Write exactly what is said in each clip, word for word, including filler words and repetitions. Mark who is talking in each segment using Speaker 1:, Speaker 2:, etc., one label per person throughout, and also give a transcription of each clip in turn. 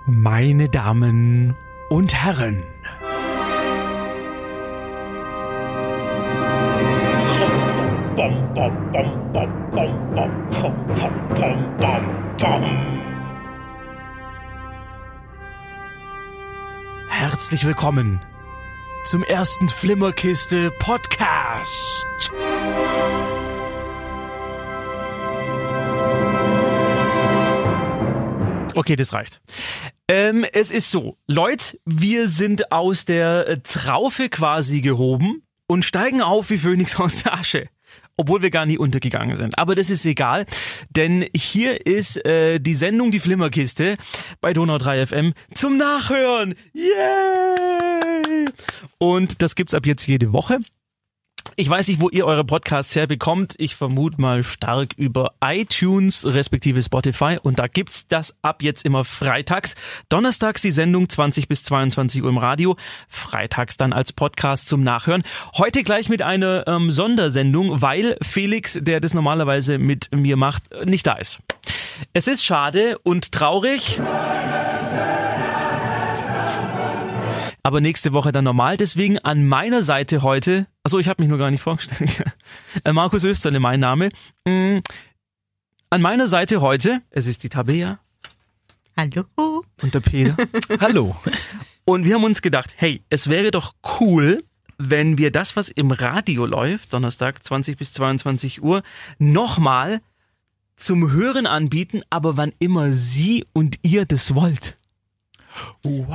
Speaker 1: Meine Damen und Herren. Bom, bom, bom, bom, bom, bom, bom, bom, bom, bom, bom. Herzlich willkommen zum ersten Flimmerkiste Podcast. Okay, das reicht. Ähm, es ist so, Leute, wir sind aus der äh, Traufe quasi gehoben und steigen auf wie Phönix aus der Asche. Obwohl wir gar nie untergegangen sind. Aber das ist egal, denn hier ist äh, die Sendung Die Flimmerkiste bei Donau drei F M zum Nachhören. Yay! Und das gibt's ab jetzt jede Woche. Ich weiß nicht, wo ihr eure Podcasts herbekommt. Ich vermute mal stark über iTunes respektive Spotify. Und da gibt's das ab jetzt immer freitags. Donnerstags die Sendung zwanzig bis zweiundzwanzig Uhr im Radio. Freitags dann als Podcast zum Nachhören. Heute gleich mit einer ähm, Sondersendung, weil Felix, der das normalerweise mit mir macht, nicht da ist. Es ist schade und traurig. Aber nächste Woche dann normal. Deswegen an meiner Seite heute, achso, ich habe mich nur gar nicht vorgestellt. Markus Österle, mein Name. An meiner Seite heute, es ist die Tabea.
Speaker 2: Hallo.
Speaker 1: Und der Peter.
Speaker 3: Hallo.
Speaker 1: Und wir haben uns gedacht, hey, es wäre doch cool, wenn wir das, was im Radio läuft, Donnerstag zwanzig bis zweiundzwanzig Uhr, nochmal zum Hören anbieten, aber wann immer Sie und ihr das wollt. Wow.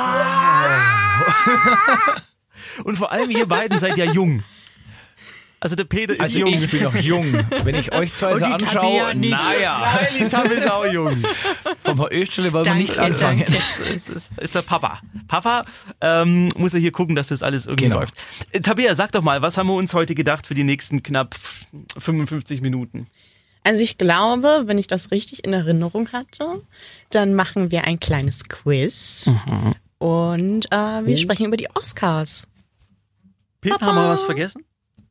Speaker 1: Und vor allem ihr beiden seid ja jung. Also der Peter ist
Speaker 3: also
Speaker 1: jung.
Speaker 3: Ich bin noch jung. Wenn ich euch zwei so anschaue, naja.
Speaker 1: Nein, die Tabea ist auch jung.
Speaker 3: Vom Herr Österle wollen wir
Speaker 2: Danke,
Speaker 3: nicht anfangen.
Speaker 1: Das ist, ist, ist der Papa. Papa ähm, muss ja hier gucken, dass das alles irgendwie
Speaker 3: genau.
Speaker 1: läuft. Äh, Tabea, sag doch mal, was haben wir uns heute gedacht für die nächsten knapp fünfundfünfzig Minuten?
Speaker 2: Also ich glaube, wenn ich das richtig in Erinnerung hatte, dann machen wir ein kleines Quiz
Speaker 1: Mhm.
Speaker 2: und äh, wir
Speaker 1: Oh.
Speaker 2: sprechen über die Oscars.
Speaker 1: Peter,
Speaker 2: Papa.
Speaker 1: haben wir was vergessen?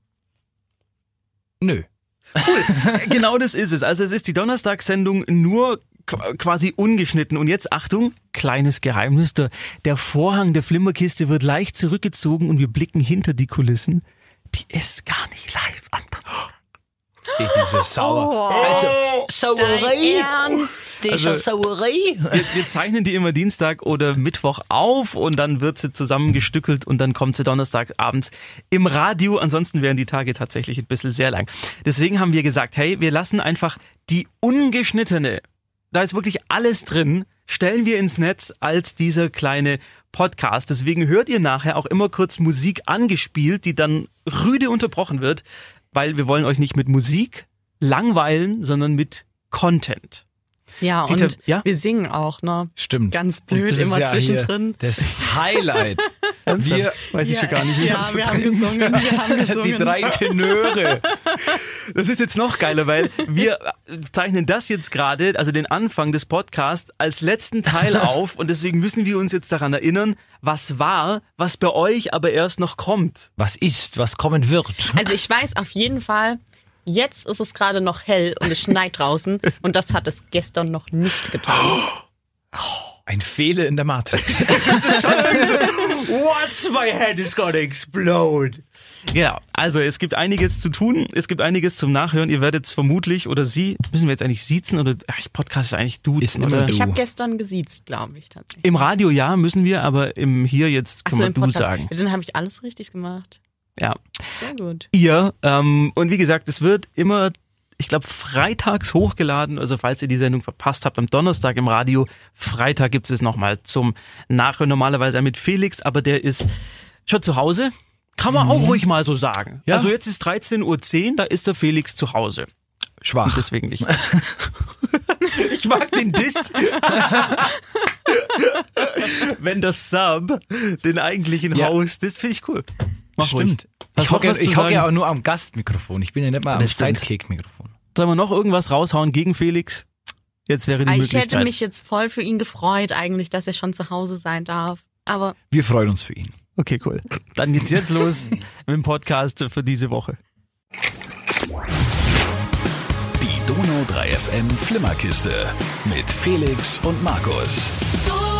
Speaker 3: Nö.
Speaker 1: Cool, genau das ist es. Also es ist die Donnerstagssendung nur qu- quasi ungeschnitten. Und jetzt Achtung, kleines Geheimnis, der, der Vorhang der Flimmerkiste wird leicht zurückgezogen und wir blicken hinter die Kulissen. Die ist gar nicht live am Donnerstag.
Speaker 3: Das ist so sauer.
Speaker 2: Oh.
Speaker 3: Also, Sauerei.
Speaker 2: Dein Ernst?
Speaker 3: Das ist
Speaker 1: Also-
Speaker 3: ja Sauerei.
Speaker 1: Wir, wir zeichnen die immer Dienstag oder Mittwoch auf und dann wird sie zusammengestückelt und dann kommt sie Donnerstag abends im Radio. Ansonsten wären die Tage tatsächlich ein bisschen sehr lang. Deswegen haben wir gesagt, hey, wir lassen einfach die ungeschnittene, da ist wirklich alles drin, stellen wir ins Netz als dieser kleine Podcast. Deswegen hört ihr nachher auch immer kurz Musik angespielt, die dann rüde unterbrochen wird, weil wir wollen euch nicht mit Musik langweilen, sondern mit Content.
Speaker 2: Ja,
Speaker 1: Die
Speaker 2: und
Speaker 1: Tab- ja?
Speaker 2: wir singen auch, ne?
Speaker 3: Stimmt.
Speaker 2: Ganz
Speaker 3: Und
Speaker 2: blöd,
Speaker 3: das ist
Speaker 2: immer
Speaker 3: ja
Speaker 2: zwischendrin.
Speaker 3: Hier das Highlight. Wir,
Speaker 1: Weiß ich schon gar nicht, wie
Speaker 2: ja,
Speaker 1: man es
Speaker 2: wir haben
Speaker 1: verdrängt.
Speaker 2: gesungen, wir haben gesungen.
Speaker 3: die drei Tenöre.
Speaker 1: Das ist jetzt noch geiler, weil wir zeichnen das jetzt gerade, also den Anfang des Podcasts, als letzten Teil auf und deswegen müssen wir uns jetzt daran erinnern, was war, was bei euch aber erst noch kommt.
Speaker 3: Was ist, was kommen wird.
Speaker 2: Also ich weiß auf jeden Fall, jetzt ist es gerade noch hell und es schneit draußen und das hat es gestern noch nicht getan.
Speaker 3: Ein Fehler in der Matrix.
Speaker 1: What's my head is gonna explode. Genau, also es gibt einiges zu tun, es gibt einiges zum Nachhören. Ihr werdet vermutlich, oder Sie, müssen wir jetzt eigentlich siezen oder, ach, Podcast ist eigentlich duzen,
Speaker 3: Ist immer
Speaker 1: oder?
Speaker 3: du.
Speaker 2: Ich habe gestern gesiezt, glaube ich tatsächlich.
Speaker 1: Im Radio ja, müssen wir, aber im hier jetzt können
Speaker 2: Achso,
Speaker 1: wir
Speaker 2: im
Speaker 1: du
Speaker 2: Podcast.
Speaker 1: sagen.
Speaker 2: Ja, dann habe ich alles richtig gemacht.
Speaker 1: Ja.
Speaker 2: Sehr gut.
Speaker 1: Ihr, ähm, und wie gesagt, es wird immer, ich glaube, freitags hochgeladen, also falls ihr die Sendung verpasst habt, am Donnerstag im Radio, Freitag gibt es nochmal zum Nachhören, normalerweise mit Felix, aber der ist schon zu Hause, kann man auch ruhig mal so sagen.
Speaker 3: Ja.
Speaker 1: Also jetzt ist dreizehn Uhr zehn, da ist der Felix zu Hause.
Speaker 3: Schwach.
Speaker 1: Und deswegen nicht. Ich mag den Diss. Wenn das Sub den eigentlichen
Speaker 3: Ja.
Speaker 1: Host, das finde ich cool. Mach
Speaker 3: Stimmt.
Speaker 1: ruhig. Hast
Speaker 3: Ich
Speaker 1: du
Speaker 3: hocke
Speaker 1: noch was zu
Speaker 3: ich hocke
Speaker 1: sagen?
Speaker 3: ja auch nur am Gastmikrofon. Ich bin ja nicht mal am
Speaker 1: Das stimmt.
Speaker 3: Sidekick-Mikrofon.
Speaker 1: Sollen wir noch irgendwas raushauen gegen Felix? Jetzt wäre die
Speaker 2: Ich
Speaker 1: Möglichkeit.
Speaker 2: hätte mich jetzt voll für ihn gefreut eigentlich, dass er schon zu Hause sein darf. Aber
Speaker 3: Wir freuen uns für ihn.
Speaker 1: Okay, cool. Dann geht's jetzt los mit dem Podcast für diese Woche.
Speaker 4: Die Donau drei F M Flimmerkiste mit Felix und Markus.
Speaker 5: Donau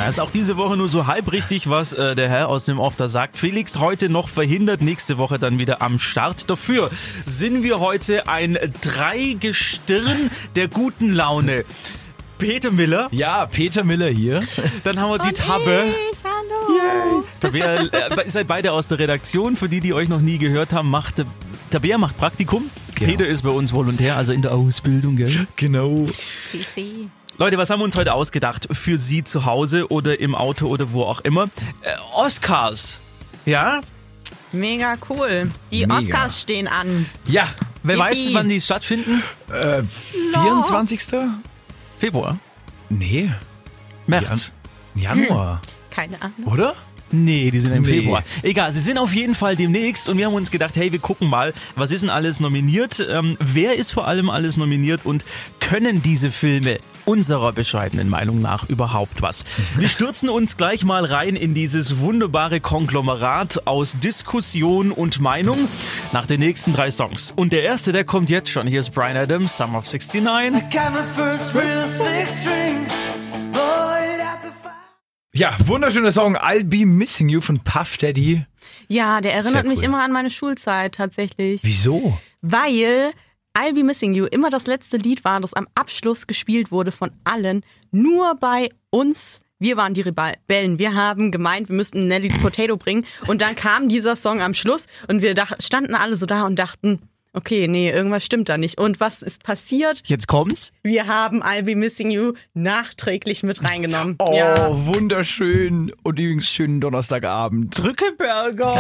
Speaker 1: Na, ist auch diese Woche nur so halb richtig, was äh, der Herr aus dem Off da sagt. Felix heute noch verhindert, nächste Woche dann wieder am Start. Dafür sind wir heute ein Dreigestirn der guten Laune. Peter Miller.
Speaker 3: Ja, Peter Miller hier.
Speaker 1: Dann haben wir die
Speaker 2: Und
Speaker 1: Tabbe.
Speaker 2: ich, hallo.
Speaker 1: Tabea, äh, ihr seid beide aus der Redaktion. Für die, die euch noch nie gehört haben, macht Tabea macht Praktikum. Genau. Peter ist bei uns Volontär, also in der Ausbildung, gell?
Speaker 3: Genau.
Speaker 2: Sie, sie.
Speaker 1: Leute, was haben wir uns heute ausgedacht? Für Sie zu Hause oder im Auto oder wo auch immer. Äh, Oscars. Ja?
Speaker 2: Mega cool. Die
Speaker 3: Mega.
Speaker 2: Oscars stehen an.
Speaker 3: Ja.
Speaker 1: Wer
Speaker 2: Yippie.
Speaker 1: weiß, wann die stattfinden?
Speaker 3: Äh, vierundzwanzigster
Speaker 1: Februar?
Speaker 3: Nee.
Speaker 1: März?
Speaker 3: Januar.
Speaker 2: Keine Ahnung.
Speaker 3: Oder?
Speaker 1: Nee, die sind im
Speaker 3: Nee.
Speaker 1: Februar. Egal, sie sind auf jeden Fall demnächst und wir haben uns gedacht, hey, wir gucken mal, was ist denn alles nominiert? Ähm, wer ist vor allem alles nominiert und können diese Filme unserer bescheidenen Meinung nach überhaupt was? Wir stürzen uns gleich mal rein in dieses wunderbare Konglomerat aus Diskussion und Meinung nach den nächsten drei Songs. Und der erste, der kommt jetzt schon. Hier ist Bryan Adams, Summer of sixty-nine.
Speaker 4: Got my first real six string, bought it at the fire.
Speaker 3: Ja, wunderschöner Song I'll Be Missing You von Puff Daddy.
Speaker 2: Ja, der erinnert
Speaker 3: Sehr cool.
Speaker 2: mich immer an meine Schulzeit tatsächlich.
Speaker 3: Wieso?
Speaker 2: Weil I'll Be Missing You immer das letzte Lied war, das am Abschluss gespielt wurde von allen. Nur bei uns. Wir waren die Rebellen. Wir haben gemeint, wir müssten Nelly the Potato bringen. Und dann kam dieser Song am Schluss und wir dach- standen alle so da und dachten, okay, nee, irgendwas stimmt da nicht. Und was ist passiert?
Speaker 1: Jetzt kommt's.
Speaker 2: Wir haben I'll Be Missing You nachträglich mit reingenommen.
Speaker 3: Oh,
Speaker 2: Ja.
Speaker 3: wunderschön. Und übrigens schönen Donnerstagabend.
Speaker 1: Drückeberger.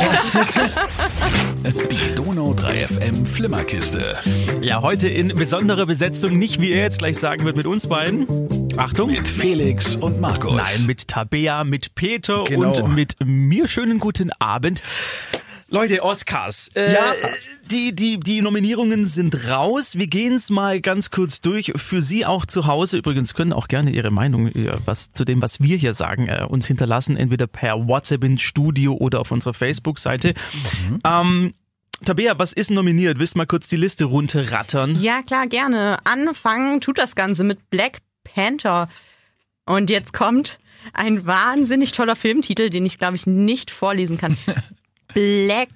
Speaker 5: Die Donau drei F M Flimmerkiste.
Speaker 1: Ja, heute in besonderer Besetzung, nicht wie er jetzt gleich sagen wird mit uns beiden. Achtung.
Speaker 5: Mit Felix und Markus.
Speaker 1: Nein, mit Tabea, mit Peter
Speaker 3: Genau.
Speaker 1: und mit mir. Schönen guten Abend. Leute, Oscars. Äh,
Speaker 3: Ja.
Speaker 1: Die, die, die Nominierungen sind raus. Wir gehen es mal ganz kurz durch. Für Sie auch zu Hause. Übrigens können auch gerne Ihre Meinung äh, was zu dem, was wir hier sagen, äh, uns hinterlassen. Entweder per WhatsApp ins Studio oder auf unserer Facebook-Seite. Mhm. Ähm, Tabea, was ist nominiert? Willst du mal kurz die Liste runterrattern?
Speaker 2: Ja, klar, gerne. Anfangen tut das Ganze mit Black Panther. Und jetzt kommt ein wahnsinnig toller Filmtitel, den ich, glaube ich, nicht vorlesen kann. Black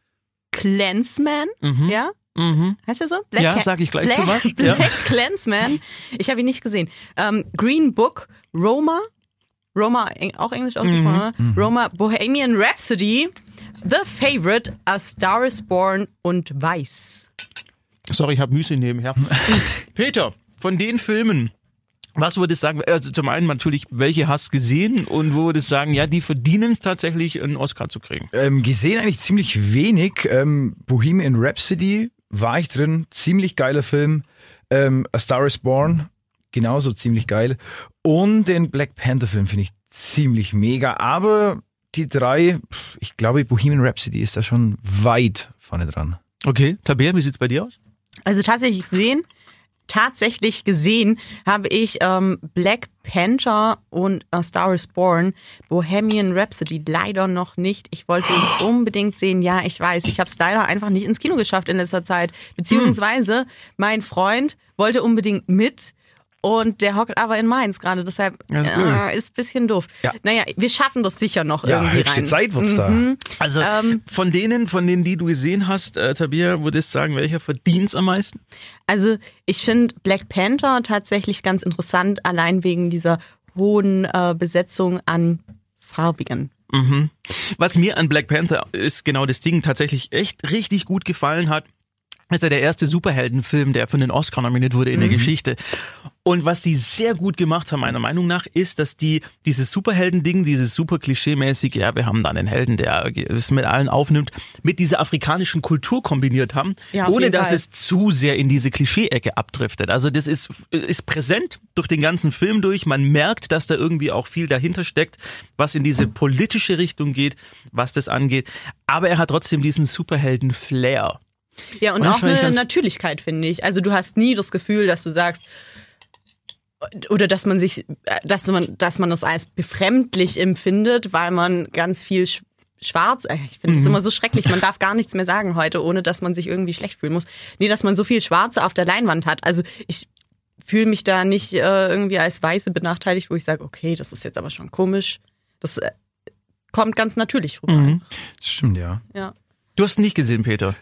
Speaker 2: Klansman,
Speaker 1: Mhm.
Speaker 2: ja?
Speaker 1: Mhm.
Speaker 2: Heißt der so? Black
Speaker 1: Ja,
Speaker 2: Ca-
Speaker 1: sag ich gleich
Speaker 2: Black,
Speaker 1: zu was.
Speaker 2: Black
Speaker 1: Ja.
Speaker 2: Klansman. Ich habe ihn nicht gesehen. Ähm, Green Book, Roma, Roma, eng- auch Englisch ausgesprochen,
Speaker 1: Mhm.
Speaker 2: oder? Roma, Bohemian Rhapsody, The Favorite, A Star is Born und Weiß.
Speaker 1: Sorry, ich habe Müsli nebenher. Peter, von den Filmen, was würdest du sagen, also zum einen natürlich, welche hast du gesehen und wo würdest du sagen, ja, die verdienen es tatsächlich, einen Oscar zu kriegen?
Speaker 3: Ähm, gesehen eigentlich ziemlich wenig. Ähm, Bohemian Rhapsody war ich drin. Ziemlich geiler Film. Ähm, A Star is Born, genauso ziemlich geil. Und den Black Panther Film finde ich ziemlich mega. Aber die drei, pff, ich glaube, Bohemian Rhapsody ist da schon weit vorne dran.
Speaker 1: Okay, Tabea, wie sieht's bei dir aus?
Speaker 2: Also tatsächlich gesehen, tatsächlich gesehen habe ich ähm, Black Panther und A Star is Born, Bohemian Rhapsody leider noch nicht. Ich wollte ihn unbedingt sehen. Ja, ich weiß, ich habe es leider einfach nicht ins Kino geschafft in letzter Zeit. Beziehungsweise mein Freund wollte unbedingt mit. Und der hockt aber in Mainz gerade, deshalb
Speaker 1: Das ist blöd.
Speaker 2: äh, ist ein bisschen doof.
Speaker 3: Ja.
Speaker 2: Naja, wir schaffen das sicher noch
Speaker 3: Ja,
Speaker 2: irgendwie
Speaker 3: höchste
Speaker 2: rein.
Speaker 3: Zeit wird's da.
Speaker 2: Mhm.
Speaker 1: Also
Speaker 2: Ähm.
Speaker 1: von denen, von denen, die du gesehen hast, äh, Tabea, würdest du sagen, welcher verdient am meisten?
Speaker 2: Also ich finde Black Panther tatsächlich ganz interessant, allein wegen dieser hohen äh, Besetzung an Farbigen.
Speaker 1: Mhm. Was mir an Black Panther ist genau das Ding tatsächlich echt richtig gut gefallen hat, ist ja der erste Superheldenfilm, der für den Oscar nominiert wurde in der Geschichte. Und was die sehr gut gemacht haben, meiner Meinung nach, ist, dass die dieses Superhelden-Ding, dieses super klischee-mäßig, ja, wir haben da einen Helden, der es mit allen aufnimmt, mit dieser afrikanischen Kultur kombiniert haben,
Speaker 2: Ja, auf
Speaker 1: ohne
Speaker 2: jeden
Speaker 1: dass
Speaker 2: Fall.
Speaker 1: es zu sehr in diese Klischee-Ecke abdriftet. Also das ist, ist präsent durch den ganzen Film durch. Man merkt, dass da irgendwie auch viel dahinter steckt, was in diese politische Richtung geht, was das angeht. Aber er hat trotzdem diesen Superhelden-Flair.
Speaker 2: Ja, und,
Speaker 1: Und das
Speaker 2: auch
Speaker 1: fand ich
Speaker 2: eine
Speaker 1: ganz-
Speaker 2: Natürlichkeit, finde ich. Also du hast nie das Gefühl, dass du sagst, oder dass man sich, dass man, dass man das als befremdlich empfindet, weil man ganz viel sch- schwarz, äh, ich finde es immer so schrecklich, man darf gar nichts mehr sagen heute, ohne dass man sich irgendwie schlecht fühlen muss. Nee, dass man so viel Schwarze auf der Leinwand hat. Also ich fühle mich da nicht äh, irgendwie als Weiße benachteiligt, wo ich sage, okay, das ist jetzt aber schon komisch. Das äh, kommt ganz natürlich rüber.
Speaker 1: Mhm.
Speaker 3: Das stimmt, ja.
Speaker 2: Ja.
Speaker 1: Du hast ihn nicht gesehen, Peter.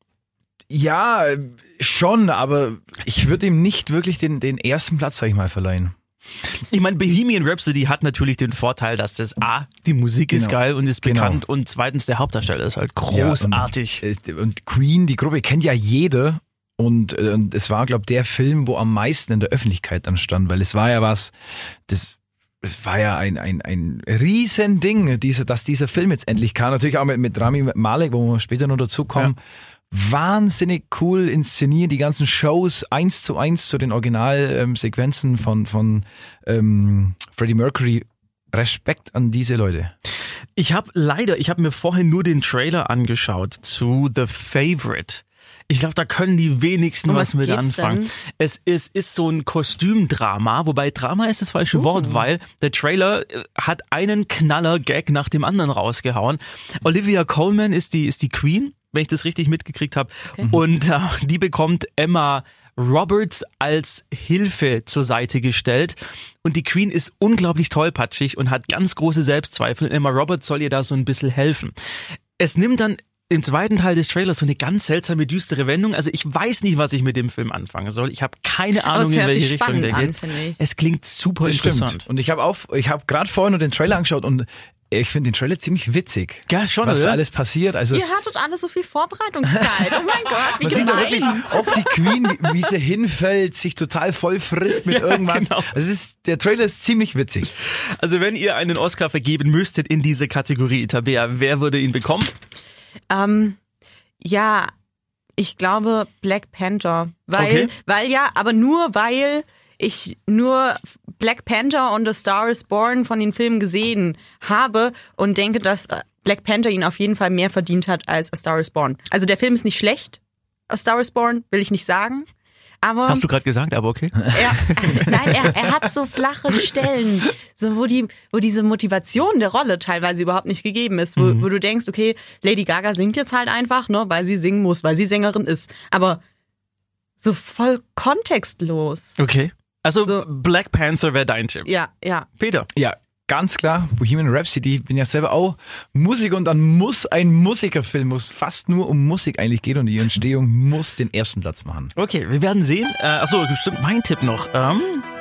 Speaker 3: Ja, schon, aber ich würde ihm nicht wirklich den, den ersten Platz, sag ich mal, verleihen.
Speaker 1: Ich meine, Bohemian Rhapsody hat natürlich den Vorteil, dass das A, die Musik ist
Speaker 3: Genau.
Speaker 1: geil und ist
Speaker 3: Genau.
Speaker 1: bekannt und zweitens der Hauptdarsteller ist halt
Speaker 3: Ja,
Speaker 1: großartig.
Speaker 3: und, und Queen, die Gruppe kennt ja jeder. Und, äh, und es war, glaube ich, der Film, wo am meisten in der Öffentlichkeit dann stand, weil es war ja was, das, es war ja ein, ein, ein Riesending, diese, dass dieser Film jetzt endlich kam. Natürlich auch mit, mit Rami Malek, wo wir später noch dazu kommen. Wahnsinnig cool inszeniert, die ganzen Shows eins zu eins zu den Originalsequenzen von, von ähm, Freddie Mercury. Respekt an diese Leute.
Speaker 1: Ich habe leider, ich habe mir vorhin nur den Trailer angeschaut zu The Favorite. Ich glaube, da können die wenigsten
Speaker 2: Um
Speaker 1: was
Speaker 2: was
Speaker 1: mit
Speaker 2: geht's
Speaker 1: anfangen.
Speaker 2: denn?
Speaker 1: Es ist, ist so ein Kostümdrama, wobei Drama ist das falsche
Speaker 2: Uh.
Speaker 1: Wort, weil der Trailer äh, hat einen Knaller-Gag nach dem anderen rausgehauen. Olivia Colman ist die, ist die Queen, wenn ich das richtig mitgekriegt habe.
Speaker 2: Okay.
Speaker 1: Und äh, die bekommt Emma Roberts als Hilfe zur Seite gestellt. Und die Queen ist unglaublich tollpatschig und hat ganz große Selbstzweifel. Emma Roberts soll ihr da so ein bisschen helfen. Es nimmt dann im zweiten Teil des Trailers so eine ganz seltsame, düstere Wendung. Also ich weiß nicht, was ich mit dem Film anfangen soll. Ich habe keine
Speaker 2: Aber
Speaker 1: Ahnung,
Speaker 2: es
Speaker 1: in
Speaker 2: hört
Speaker 1: welche
Speaker 2: sich
Speaker 1: Richtung
Speaker 2: spannend
Speaker 1: der
Speaker 2: an,
Speaker 1: geht.
Speaker 2: finde ich.
Speaker 1: Es klingt super
Speaker 3: Das
Speaker 1: interessant.
Speaker 3: stimmt. Und ich habe auch, ich habe gerade vorhin nur den Trailer angeschaut und ich finde den Trailer ziemlich witzig.
Speaker 1: Ja, schon,
Speaker 3: was
Speaker 1: oder?
Speaker 3: alles passiert. Also
Speaker 2: Ihr hattet alle so viel Vorbereitungszeit. Oh mein Gott, wie
Speaker 3: man sieht da
Speaker 2: gemein.
Speaker 3: wirklich oft die Queen, wie, wie sie hinfällt, sich total voll frisst mit
Speaker 1: Ja,
Speaker 3: irgendwas.
Speaker 1: genau.
Speaker 3: Also es ist, der Trailer ist ziemlich witzig.
Speaker 1: Also wenn ihr einen Oscar vergeben müsstet in diese Kategorie, Tabea, wer würde ihn bekommen?
Speaker 2: Ähm, ja, ich glaube Black Panther. Weil,
Speaker 1: Okay.
Speaker 2: weil ja, aber nur weil ich nur Black Panther und The Star is Born von den Filmen gesehen habe und denke, dass äh, Black Panther ihn auf jeden Fall mehr verdient hat als A Star is Born. Also der Film ist nicht schlecht, A Star is Born, will ich nicht sagen. Aber
Speaker 1: Hast du gerade gesagt, aber okay.
Speaker 2: er, nein, er, er hat so flache Stellen, so wo die, wo diese Motivation der Rolle teilweise überhaupt nicht gegeben ist, wo,
Speaker 1: Mhm.
Speaker 2: wo du denkst, okay, Lady Gaga singt jetzt halt einfach, ne, weil sie singen muss, weil sie Sängerin ist, aber so voll kontextlos.
Speaker 1: Okay. Also
Speaker 2: So.
Speaker 1: Black Panther wäre dein Tipp.
Speaker 2: Ja, ja.
Speaker 1: Peter.
Speaker 3: Ja, ganz klar, Bohemian Rhapsody. Ich bin ja selber auch Musiker und dann muss ein Musikerfilm, wo es fast nur um Musik eigentlich geht und die Entstehung muss den ersten Platz machen.
Speaker 1: Okay, wir werden sehen. Äh, achso, stimmt, mein Tipp noch. Ähm,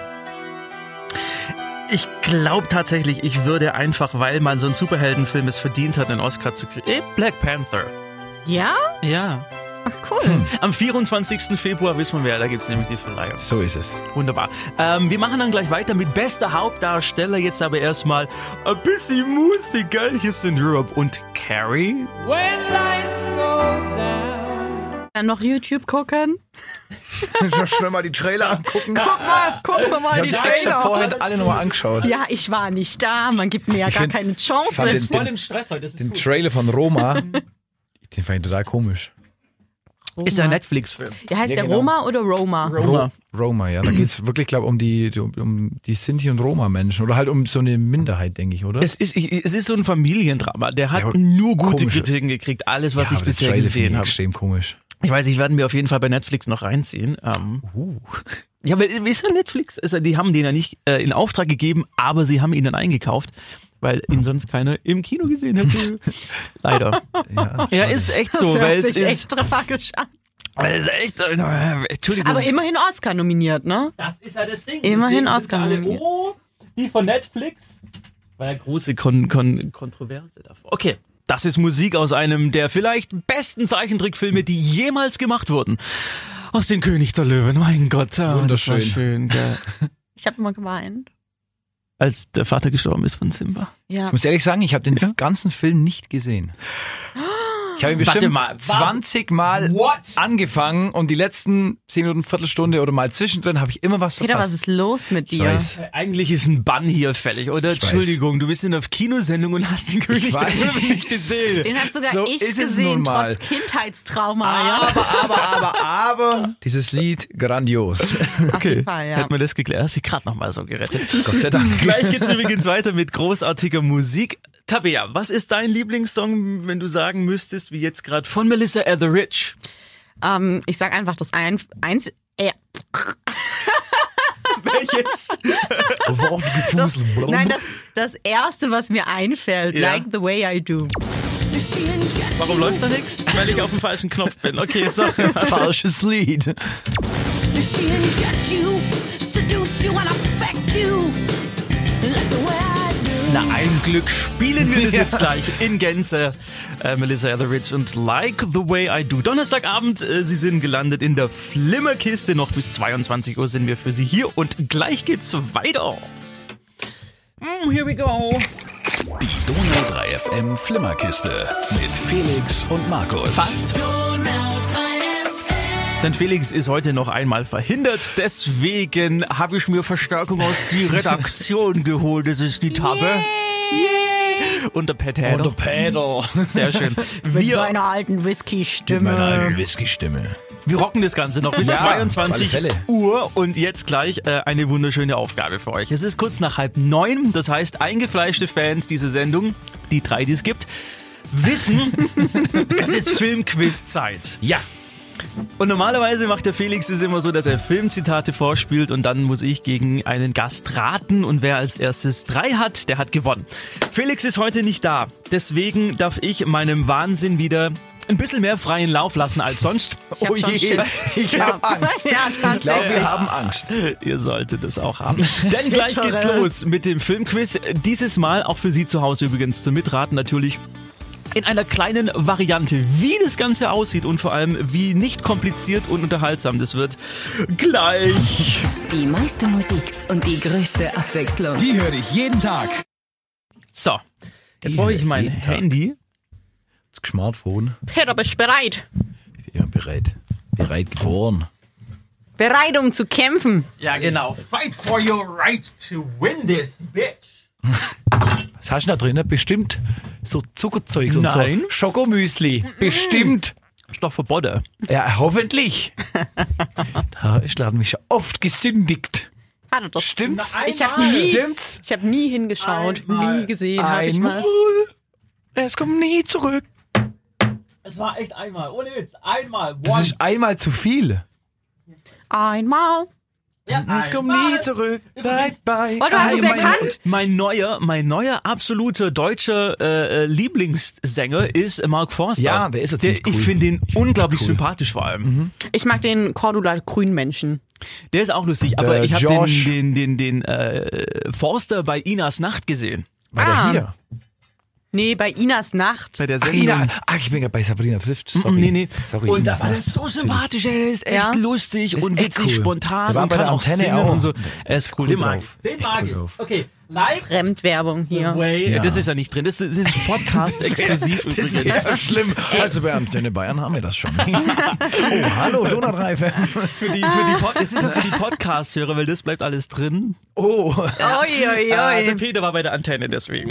Speaker 1: ich glaube tatsächlich, ich würde einfach, weil man so ein Superheldenfilm es verdient hat, einen Oscar zu kriegen. Eh, Black Panther.
Speaker 2: Ja?
Speaker 1: Ja.
Speaker 2: Ach, cool.
Speaker 1: Am vierundzwanzigsten Februar wissen wir wer, da gibt's nämlich die Verleihung.
Speaker 3: So ist es.
Speaker 1: Wunderbar. Ähm, wir machen dann gleich weiter mit bester Hauptdarsteller. Jetzt aber erstmal ein bisschen Musik, gell? Hier sind Europe und Carrie.
Speaker 4: When lights go down.
Speaker 2: Dann noch YouTube gucken.
Speaker 3: Schnell mal die Trailer angucken.
Speaker 2: Guck mal, guck mal, mal die
Speaker 3: Ich habe extra
Speaker 2: Trailer.
Speaker 3: vorhin alle nochmal angeschaut.
Speaker 2: Ja, ich war nicht da, man gibt mir ja
Speaker 3: Ich
Speaker 2: gar
Speaker 3: find-
Speaker 2: keine
Speaker 3: fand
Speaker 2: Chance.
Speaker 3: den-
Speaker 1: Voll im Stress heute, das ist
Speaker 3: Den
Speaker 1: gut.
Speaker 3: Trailer von Roma, den fand ich total komisch.
Speaker 1: Ist ja ein Netflix-Film.
Speaker 2: Ja, heißt
Speaker 3: Ja,
Speaker 2: der
Speaker 3: genau.
Speaker 2: Roma oder Roma?
Speaker 1: Roma.
Speaker 3: Roma, ja. Da geht's wirklich, glaube ich, um die, um, um die Sinti- und Roma-Menschen. Oder halt um so eine Minderheit, denke ich, oder?
Speaker 1: Es ist, ich, es ist so ein Familiendrama. Der hat
Speaker 3: Ja, aber
Speaker 1: nur gute
Speaker 3: komisch.
Speaker 1: Kritiken gekriegt. Alles, was
Speaker 3: ja,
Speaker 1: ich
Speaker 3: aber der
Speaker 1: bisher
Speaker 3: Trailer finde
Speaker 1: gesehen
Speaker 3: ich
Speaker 1: habe.
Speaker 3: extrem komisch.
Speaker 1: Ich weiß, ich werde mir auf jeden Fall bei Netflix noch reinziehen. Ähm, Ja, aber ist ja Netflix. Ist ja, die haben den ja nicht äh, in Auftrag gegeben, aber sie haben ihn dann eingekauft, weil ihn sonst keiner im Kino gesehen hätte. Leider.
Speaker 3: Ja,
Speaker 1: Ja, ist echt so,
Speaker 2: das
Speaker 1: weil
Speaker 2: hört
Speaker 1: es
Speaker 2: sich
Speaker 1: ist.
Speaker 2: echt tragisch an.
Speaker 1: Weil es echt. Äh, Entschuldigung.
Speaker 2: Aber immerhin Oscar nominiert, ne?
Speaker 1: das ist ja das Ding.
Speaker 2: Immerhin
Speaker 1: Deswegen sind
Speaker 2: Oscar
Speaker 1: alle,
Speaker 2: nominiert.
Speaker 1: oh, die von Netflix. War ja große Kon Kon Kontroverse davor. Okay. Das ist Musik aus einem der vielleicht besten Zeichentrickfilme, die jemals gemacht wurden. Aus dem König der Löwen. Mein Gott. Ah,
Speaker 3: Wunderschön.
Speaker 1: Das war schön, gell.
Speaker 2: Ich habe immer geweint.
Speaker 1: Als der Vater gestorben ist von Simba.
Speaker 2: Ja.
Speaker 3: Ich muss ehrlich sagen, ich habe den ganzen Film nicht gesehen. Ich habe ihn
Speaker 1: Warte
Speaker 3: bestimmt
Speaker 1: mal,
Speaker 3: zwanzig Mal
Speaker 1: What?
Speaker 3: angefangen und die letzten zehn Minuten, Viertelstunde oder mal zwischendrin habe ich immer was
Speaker 2: Peter, was
Speaker 3: verpasst.
Speaker 2: ist los mit
Speaker 3: Ich
Speaker 2: dir?
Speaker 3: weiß.
Speaker 1: Äh, Eigentlich ist ein Bann hier fällig, oder?
Speaker 3: Ich weiß.
Speaker 1: Entschuldigung, du bist in einer Kinosendung und hast den König der
Speaker 3: weiß.
Speaker 1: Löwen nicht gesehen.
Speaker 2: Den hat sogar
Speaker 3: So
Speaker 2: ich
Speaker 3: ist es
Speaker 2: gesehen,
Speaker 3: nun mal.
Speaker 2: trotz Kindheitstrauma. ja.
Speaker 3: Aber, aber, aber, aber, dieses Lied grandios.
Speaker 2: Auf jeden Fall, ja.
Speaker 1: Hätten wir das geklärt, hast dich gerade nochmal so gerettet.
Speaker 3: Gott sei Dank.
Speaker 1: Gleich geht's übrigens weiter mit großartiger Musik. Tabea, was ist dein Lieblingssong, wenn du sagen müsstest, wie jetzt gerade von Melissa Etheridge?
Speaker 2: Ähm, ich sag einfach das ein, eins. Äh,
Speaker 1: Welches?
Speaker 3: Wortgefusel.
Speaker 2: Nein, das, das erste, was mir einfällt,
Speaker 1: Ja.
Speaker 2: like the way I do.
Speaker 1: Warum läuft da nichts? Weil ich auf dem falschen Knopf bin. Okay, so.
Speaker 3: Falsches Lied.
Speaker 1: Na, ein Glück spielen wir das jetzt gleich in Gänze. Äh, Melissa Etheridge und Like the Way I Do. Donnerstagabend, äh, Sie sind gelandet in der Flimmerkiste. Noch bis zweiundzwanzig Uhr sind wir für Sie hier und gleich geht's weiter. Mm, here we go.
Speaker 5: Die Donau drei F M Flimmerkiste mit Felix und Markus.
Speaker 1: Fast. Denn Felix ist heute noch einmal verhindert. Deswegen habe ich mir Verstärkung aus die Redaktion geholt. Das ist die Tabbe. Yay. Und der Peter.
Speaker 3: Und der Peter.
Speaker 1: Sehr schön.
Speaker 2: Mit
Speaker 1: Wir,
Speaker 2: seiner alten Whisky-Stimme.
Speaker 3: Meine alte Whisky-Stimme.
Speaker 1: wir rocken das Ganze noch bis
Speaker 3: Ja,
Speaker 1: zweiundzwanzig
Speaker 3: auf alle Fälle.
Speaker 1: Uhr. Und jetzt gleich äh, eine wunderschöne Aufgabe für euch. Es ist kurz nach halb neun. Das heißt, eingefleischte Fans dieser Sendung, die drei, die es gibt, wissen, es ist Filmquiz-Zeit.
Speaker 3: Ja.
Speaker 1: Und normalerweise macht der Felix es immer so, dass er Filmzitate vorspielt und dann muss ich gegen einen Gast raten und wer als erstes drei hat, der hat gewonnen. Felix ist heute nicht da, deswegen darf ich meinem Wahnsinn wieder ein bisschen mehr freien Lauf lassen als sonst.
Speaker 2: Ich hab schon Schiss.
Speaker 3: Ich hab Angst.
Speaker 2: Ja,
Speaker 3: Ich glaube,
Speaker 2: tatsächlich.
Speaker 3: wir haben Angst.
Speaker 1: Ihr solltet es auch haben. Denn gleich geht's
Speaker 2: verrückt.
Speaker 1: los mit dem Filmquiz. Dieses Mal auch für Sie zu Hause übrigens zum Mitraten natürlich in einer kleinen Variante, wie das Ganze aussieht und vor allem wie nicht kompliziert und unterhaltsam das wird. Gleich.
Speaker 6: Die meiste Musik und die größte Abwechslung.
Speaker 5: Die höre ich jeden Tag.
Speaker 1: So, jetzt
Speaker 3: Die
Speaker 1: brauche ich
Speaker 3: höre
Speaker 1: mein
Speaker 3: jeden Tag.
Speaker 1: Handy.
Speaker 3: Das Smartphone.
Speaker 2: Peter, bist du bereit?
Speaker 3: Ich bin immer bereit. Bereit geboren.
Speaker 2: Bereit, um zu kämpfen.
Speaker 1: Ja, genau. Fight for your right to win this, bitch.
Speaker 3: Was hast du da drin? Bestimmt so Zuckerzeugs und
Speaker 1: Nein.
Speaker 3: so Schokomüsli. Bestimmt.
Speaker 1: Ist doch verboten.
Speaker 3: Ja, hoffentlich. Da ist laden mich schon oft gesündigt.
Speaker 2: Hat er doch.
Speaker 3: Stimmt's?
Speaker 2: Ich habe nie,
Speaker 3: Stimmt's?
Speaker 2: ich hab nie hingeschaut,
Speaker 1: Einmal.
Speaker 2: nie gesehen, habe ich
Speaker 3: Einmal.
Speaker 2: was.
Speaker 3: Es kommt nie zurück.
Speaker 1: Es war echt einmal, ohne Witz, einmal.
Speaker 3: Das ist einmal zu viel.
Speaker 2: Einmal.
Speaker 3: Es kommt nie zurück. Bye, bye.
Speaker 2: Oh, du hast es
Speaker 1: mein,
Speaker 2: erkannt.
Speaker 1: mein neuer, mein neuer absoluter deutscher äh, Lieblingssänger ist Mark Forster.
Speaker 3: Ja, der ist ja ziemlich
Speaker 1: der, Ich
Speaker 3: cool.
Speaker 1: finde ihn
Speaker 3: Ich find
Speaker 1: unglaublich
Speaker 3: den cool.
Speaker 1: sympathisch vor allem.
Speaker 2: Ich mag den Cordula Grünmenschen.
Speaker 1: Der ist auch lustig, aber
Speaker 3: Der
Speaker 1: ich habe den,
Speaker 3: Josh.
Speaker 1: den, den, den äh, Forster bei Inas Nacht gesehen.
Speaker 3: War
Speaker 2: Ah.
Speaker 3: der hier?
Speaker 2: Nee, bei Inas Nacht.
Speaker 1: Bei der
Speaker 3: Ach,
Speaker 1: Sendung.
Speaker 3: Ina. Ach, ich bin ja bei Sabrina trifft. Sorry.
Speaker 1: Nee, nee.
Speaker 3: Sorry.
Speaker 1: Und da
Speaker 3: Ines
Speaker 1: war
Speaker 3: Nacht.
Speaker 1: er so sympathisch, ey. Der ist echt
Speaker 2: Ja?
Speaker 1: lustig
Speaker 3: Der ist
Speaker 1: und
Speaker 3: echt
Speaker 1: witzig,
Speaker 3: cool.
Speaker 1: spontan
Speaker 3: Der war
Speaker 1: und
Speaker 3: bei
Speaker 1: kann
Speaker 3: der
Speaker 1: auch
Speaker 3: Antenne
Speaker 1: singen
Speaker 3: auch.
Speaker 1: und so. Er ist cool,
Speaker 3: cool
Speaker 1: den mag
Speaker 3: drauf.
Speaker 1: ich. Den
Speaker 3: Ist
Speaker 1: mag
Speaker 3: cool
Speaker 1: ich.
Speaker 3: drauf.
Speaker 1: Okay, like
Speaker 2: Fremdwerbung
Speaker 1: the
Speaker 2: hier.
Speaker 1: way.
Speaker 3: Ja.
Speaker 1: Das ist ja nicht drin. Das, das ist Podcast exklusiv
Speaker 3: Das
Speaker 1: übrigens.
Speaker 3: wäre schlimm. Also bei Antenne Bayern haben wir das schon. Oh, hallo, Donaureife.
Speaker 1: Für die, für die Pod das ist ja für die Podcast-Hörer, weil das bleibt alles drin.
Speaker 3: Oh.
Speaker 2: Oi, oi,
Speaker 1: Äh, der
Speaker 2: oi.
Speaker 1: Peter war bei der Antenne, deswegen.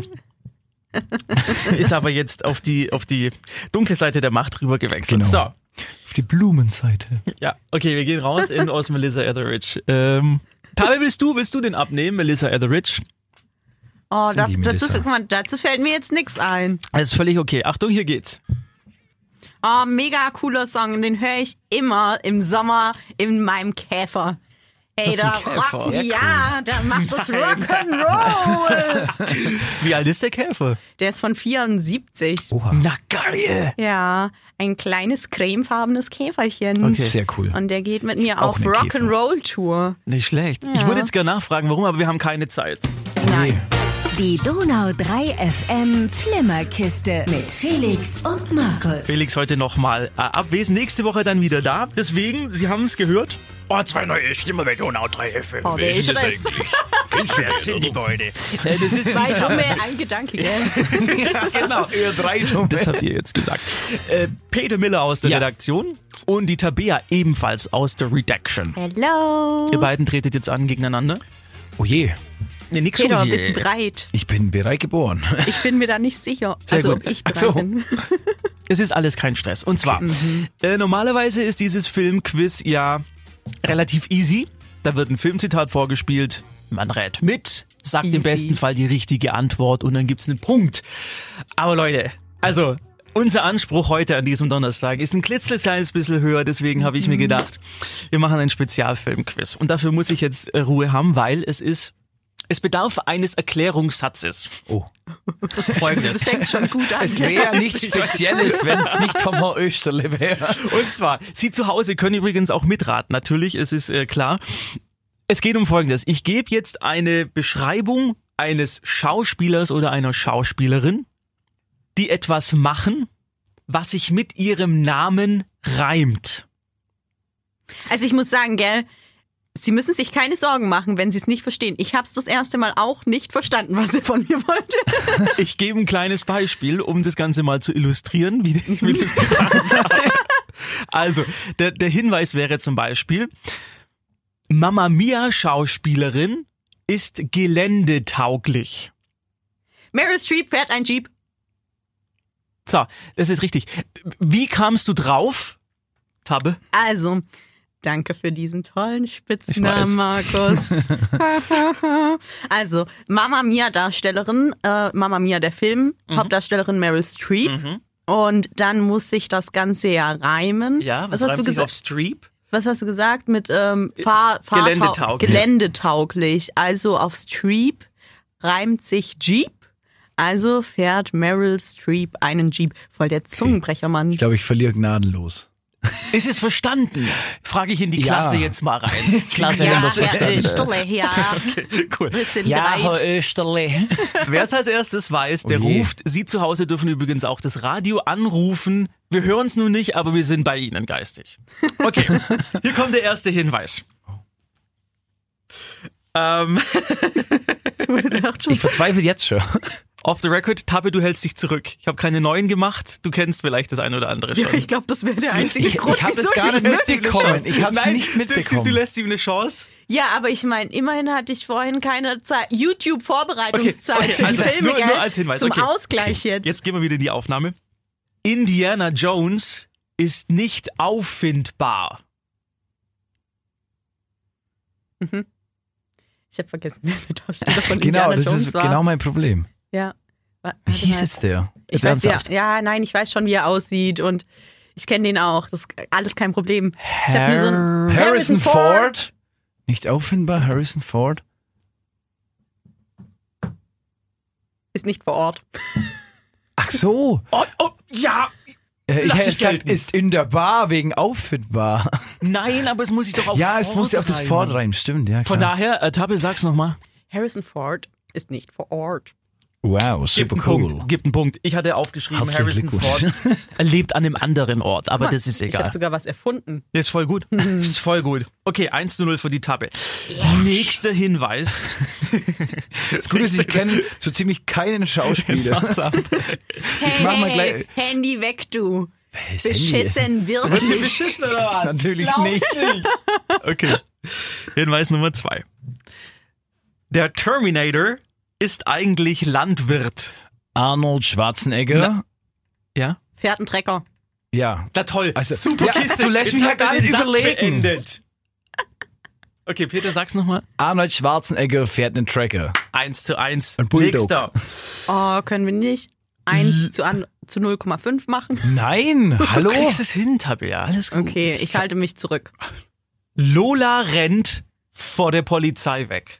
Speaker 1: Ist aber jetzt auf die, auf die dunkle Seite der Macht rüber gewechselt.
Speaker 3: Genau.
Speaker 1: So,
Speaker 3: Auf die Blumenseite.
Speaker 1: ja, okay, wir gehen raus in aus Melissa Etheridge. Ähm, Tabe, willst du, willst du den abnehmen, Melissa Etheridge?
Speaker 2: Oh,
Speaker 3: Sind
Speaker 2: da,
Speaker 3: die
Speaker 2: dazu,
Speaker 3: Melissa?
Speaker 2: guck mal, dazu fällt mir jetzt nichts ein.
Speaker 1: Das ist völlig okay. Achtung, hier geht's.
Speaker 2: Oh, mega cooler Song. Den höre ich immer im Sommer in meinem Käfer. Ey,
Speaker 1: Hast du
Speaker 2: da
Speaker 1: einen Käfer?
Speaker 2: rock,
Speaker 1: Sehr
Speaker 2: ja, da macht das Rock'n'Roll.
Speaker 1: Wie alt ist der Käfer?
Speaker 2: Der ist von vierundsiebzig.
Speaker 3: Oha.
Speaker 1: Na geil.
Speaker 2: Ja, ein kleines cremefarbenes Käferchen.
Speaker 1: Okay.
Speaker 3: Sehr cool.
Speaker 2: Und der geht mit mir
Speaker 3: Auch
Speaker 2: auf
Speaker 3: eine Käfer.
Speaker 2: Rock'n'Roll-Tour.
Speaker 1: Nicht schlecht. Ich würde jetzt gerne nachfragen, warum, aber wir haben keine Zeit.
Speaker 2: Nein.
Speaker 6: Die Donau drei F M Flimmerkiste mit Felix und Markus.
Speaker 1: Felix heute nochmal äh, abwesend, nächste Woche dann wieder da. Deswegen, Sie haben es gehört. Oh, zwei neue Stimmen bei Donau drei F M.
Speaker 2: Oh, wer ist das?
Speaker 1: Wer sind die Beute? Äh, das ist
Speaker 2: Zwei
Speaker 1: die
Speaker 2: Dumme, ein Gedanke, gell?
Speaker 1: Genau,
Speaker 3: Ihr drei Dumme.
Speaker 1: das habt ihr jetzt gesagt. Äh, Peter Miller aus der
Speaker 3: Ja.
Speaker 1: Redaktion und die Tabea ebenfalls aus der Redaction.
Speaker 2: Hello.
Speaker 1: Ihr beiden tretet jetzt an gegeneinander.
Speaker 3: Oh je.
Speaker 1: Nee, nix
Speaker 2: Peter,
Speaker 1: so je.
Speaker 2: bist du bereit?
Speaker 3: Ich bin bereit geboren.
Speaker 2: Ich bin mir da nicht sicher.
Speaker 1: Sehr
Speaker 2: also,
Speaker 1: gut.
Speaker 2: ob ich bereit
Speaker 3: Ach so.
Speaker 2: bin.
Speaker 1: Es ist alles kein Stress. Und zwar,
Speaker 2: Mhm.
Speaker 1: äh, normalerweise ist dieses Filmquiz ja relativ easy. Da wird ein Filmzitat vorgespielt, man rät mit, sagt
Speaker 2: Easy.
Speaker 1: im besten Fall die richtige Antwort und dann gibt's einen Punkt. Aber Leute, also Unser Anspruch heute an diesem Donnerstag ist ein klitzekleines bisschen höher, deswegen habe ich mir gedacht, wir machen einen Spezialfilmquiz. Und dafür muss ich jetzt äh, Ruhe haben, weil es ist, es bedarf eines Erklärungssatzes.
Speaker 3: Oh.
Speaker 1: Folgendes.
Speaker 2: Das fängt schon gut an.
Speaker 3: Es wäre ja nichts Spezielles, wenn es nicht vom Herr Österle wäre.
Speaker 1: Und zwar, Sie zu Hause können übrigens auch mitraten, natürlich, es ist äh, klar. Es geht um Folgendes. Ich gebe jetzt eine Beschreibung eines Schauspielers oder einer Schauspielerin, die etwas machen, was sich mit ihrem Namen reimt.
Speaker 2: Also ich muss sagen, gell, Sie müssen sich keine Sorgen machen, wenn Sie es nicht verstehen. Ich habe es das erste Mal auch nicht verstanden, was er von mir wollte.
Speaker 1: Ich gebe ein kleines Beispiel, um das Ganze mal zu illustrieren, wie ich mir das gedacht habe. Also, der, der Hinweis wäre zum Beispiel, Mamma Mia Schauspielerin ist geländetauglich.
Speaker 2: Meryl Streep fährt ein Jeep.
Speaker 1: So, das ist richtig. Wie kamst du drauf, Tabbe?
Speaker 2: Also, danke für diesen tollen
Speaker 1: Ich weiß.
Speaker 2: Spitznamen, Markus. Also, Mamma Mia Darstellerin, äh, Mamma Mia der Film,
Speaker 1: Mhm.
Speaker 2: Hauptdarstellerin Meryl Streep. Und dann muss sich das Ganze ja reimen.
Speaker 1: Ja, was,
Speaker 2: hast
Speaker 1: reimt
Speaker 2: du
Speaker 1: sich
Speaker 2: gesagt?
Speaker 1: auf Streep?
Speaker 2: Was hast du gesagt mit ähm, Fahr Fahrtau-
Speaker 1: Geländetauglich.
Speaker 2: Geländetauglich. Also auf Streep reimt sich Jeep. Also fährt Meryl Streep einen Jeep. Voll der Zungenbrecher, Mann.
Speaker 3: Ich glaube, ich verliere gnadenlos.
Speaker 1: Ist es verstanden? Frage ich in die
Speaker 3: Ja.
Speaker 1: Klasse jetzt mal rein. Klasse,
Speaker 2: ja,
Speaker 1: haben das
Speaker 2: wer
Speaker 1: verstanden.
Speaker 2: ist der ja.
Speaker 1: Okay, cool.
Speaker 2: Wir sind bereit.
Speaker 3: Österle.
Speaker 1: Wer es als erstes weiß, der
Speaker 3: Oh je.
Speaker 1: ruft. Sie zu Hause dürfen übrigens auch das Radio anrufen. Wir hören es nun nicht, aber wir sind bei Ihnen geistig. Okay, hier kommt der erste Hinweis. Ähm,
Speaker 3: Ich verzweifle jetzt schon.
Speaker 1: off the record, Tabbe, du hältst dich zurück. Ich habe keine neuen gemacht. Du kennst vielleicht das eine oder andere schon.
Speaker 2: Ich glaube, das wäre der einzige
Speaker 3: Ich,
Speaker 2: Grund.
Speaker 3: ich habe
Speaker 2: wieso
Speaker 3: es gar
Speaker 2: ich
Speaker 3: nicht
Speaker 2: das
Speaker 3: mitbekommen. Ich habe es
Speaker 1: Nein,
Speaker 3: nicht
Speaker 1: du,
Speaker 3: mitbekommen.
Speaker 1: du lässt ihm eine Chance.
Speaker 2: Ja, aber ich meine, immerhin hatte ich vorhin keine Zeit. YouTube-Vorbereitungszeit
Speaker 1: Okay, okay,
Speaker 2: für
Speaker 1: also
Speaker 2: die Filme,
Speaker 1: nur-
Speaker 2: gell?
Speaker 1: nur als Hinweis,
Speaker 2: Zum
Speaker 1: okay.
Speaker 2: Ausgleich jetzt.
Speaker 1: Jetzt gehen wir wieder in die Aufnahme. Indiana Jones ist nicht auffindbar.
Speaker 2: Ich habe vergessen, wer der Darsteller von
Speaker 3: Genau,
Speaker 2: Indiana
Speaker 3: das
Speaker 2: Jones
Speaker 3: ist
Speaker 2: war.
Speaker 3: genau mein Problem.
Speaker 2: Ja. Wa-
Speaker 3: Wie
Speaker 2: warte
Speaker 3: hieß
Speaker 2: mal.
Speaker 3: jetzt der?
Speaker 2: Ich
Speaker 3: Jetzt
Speaker 2: weiß ja,
Speaker 3: ernsthaft?
Speaker 2: ja, nein, ich weiß schon, wie er aussieht und ich kenne den auch. Das ist alles kein Problem. Ich hab mir so ein
Speaker 3: Harrison Ford? Nicht auffindbar, Harrison Ford?
Speaker 2: ist nicht vor Ort.
Speaker 3: Ach so.
Speaker 1: Oh, oh ja.
Speaker 3: Äh, Ich
Speaker 1: Lass
Speaker 3: hätte
Speaker 1: es
Speaker 3: gesagt,
Speaker 1: gelten.
Speaker 3: ist in der Bar wegen auffindbar.
Speaker 1: Nein, aber es muss sich doch auf
Speaker 3: Ja, es muss ja auf das
Speaker 1: Ford
Speaker 3: Ford rein, stimmt. Ja,
Speaker 1: Von
Speaker 3: klar.
Speaker 1: daher, äh, Tabbe, sag's nochmal.
Speaker 2: Harrison Ford ist nicht vor Ort.
Speaker 3: Wow,
Speaker 1: Gibt
Speaker 3: super
Speaker 1: einen
Speaker 3: cool.
Speaker 1: Punkt. Gibt einen Punkt. Ich hatte aufgeschrieben,
Speaker 3: Herzlichen
Speaker 1: Harrison Ford
Speaker 3: Glückwunsch.
Speaker 1: er lebt an einem anderen Ort, aber das ist
Speaker 2: Ich habe
Speaker 1: egal.
Speaker 2: sogar was erfunden.
Speaker 1: Das ist voll gut. Das ist voll gut. Okay, eins zu null für die Tabbe. Nächster Hinweis.
Speaker 3: Das Gute ist, ich kenne so ziemlich keinen Schauspieler.
Speaker 1: Sag's ab.
Speaker 2: Hey,
Speaker 3: mach mal
Speaker 2: hey,
Speaker 3: gleich-
Speaker 2: Handy weg, du.
Speaker 3: Das Handy.
Speaker 2: Beschissen wirklich.
Speaker 1: Beschissen oder was?
Speaker 3: Natürlich
Speaker 2: Glaub
Speaker 3: nicht.
Speaker 1: Okay. Hinweis Nummer zwei. Der Terminator ist eigentlich Landwirt.
Speaker 3: Arnold Schwarzenegger.
Speaker 1: Ja?
Speaker 2: Fährt ein Trecker.
Speaker 3: Ja.
Speaker 1: Na toll.
Speaker 3: Also,
Speaker 1: Super
Speaker 3: ja,
Speaker 1: Kiste.
Speaker 3: du lässt
Speaker 1: Jetzt
Speaker 3: mich ja
Speaker 1: habt ihr
Speaker 3: gar
Speaker 1: den
Speaker 3: nicht
Speaker 1: Satz
Speaker 3: überlegen.
Speaker 1: beendet. Okay, Peter, sag's nochmal.
Speaker 3: Arnold Schwarzenegger fährt einen Tracker.
Speaker 1: Eins zu eins.
Speaker 3: Ein Bulldog.
Speaker 1: Nächster.
Speaker 2: Oh, können wir nicht eins zu, an, zu null Komma fünf machen?
Speaker 3: Nein, hallo?
Speaker 1: Du kriegst es hin, Tabea. Alles gut.
Speaker 2: Okay, ich halte mich zurück.
Speaker 1: Lola rennt vor der Polizei weg.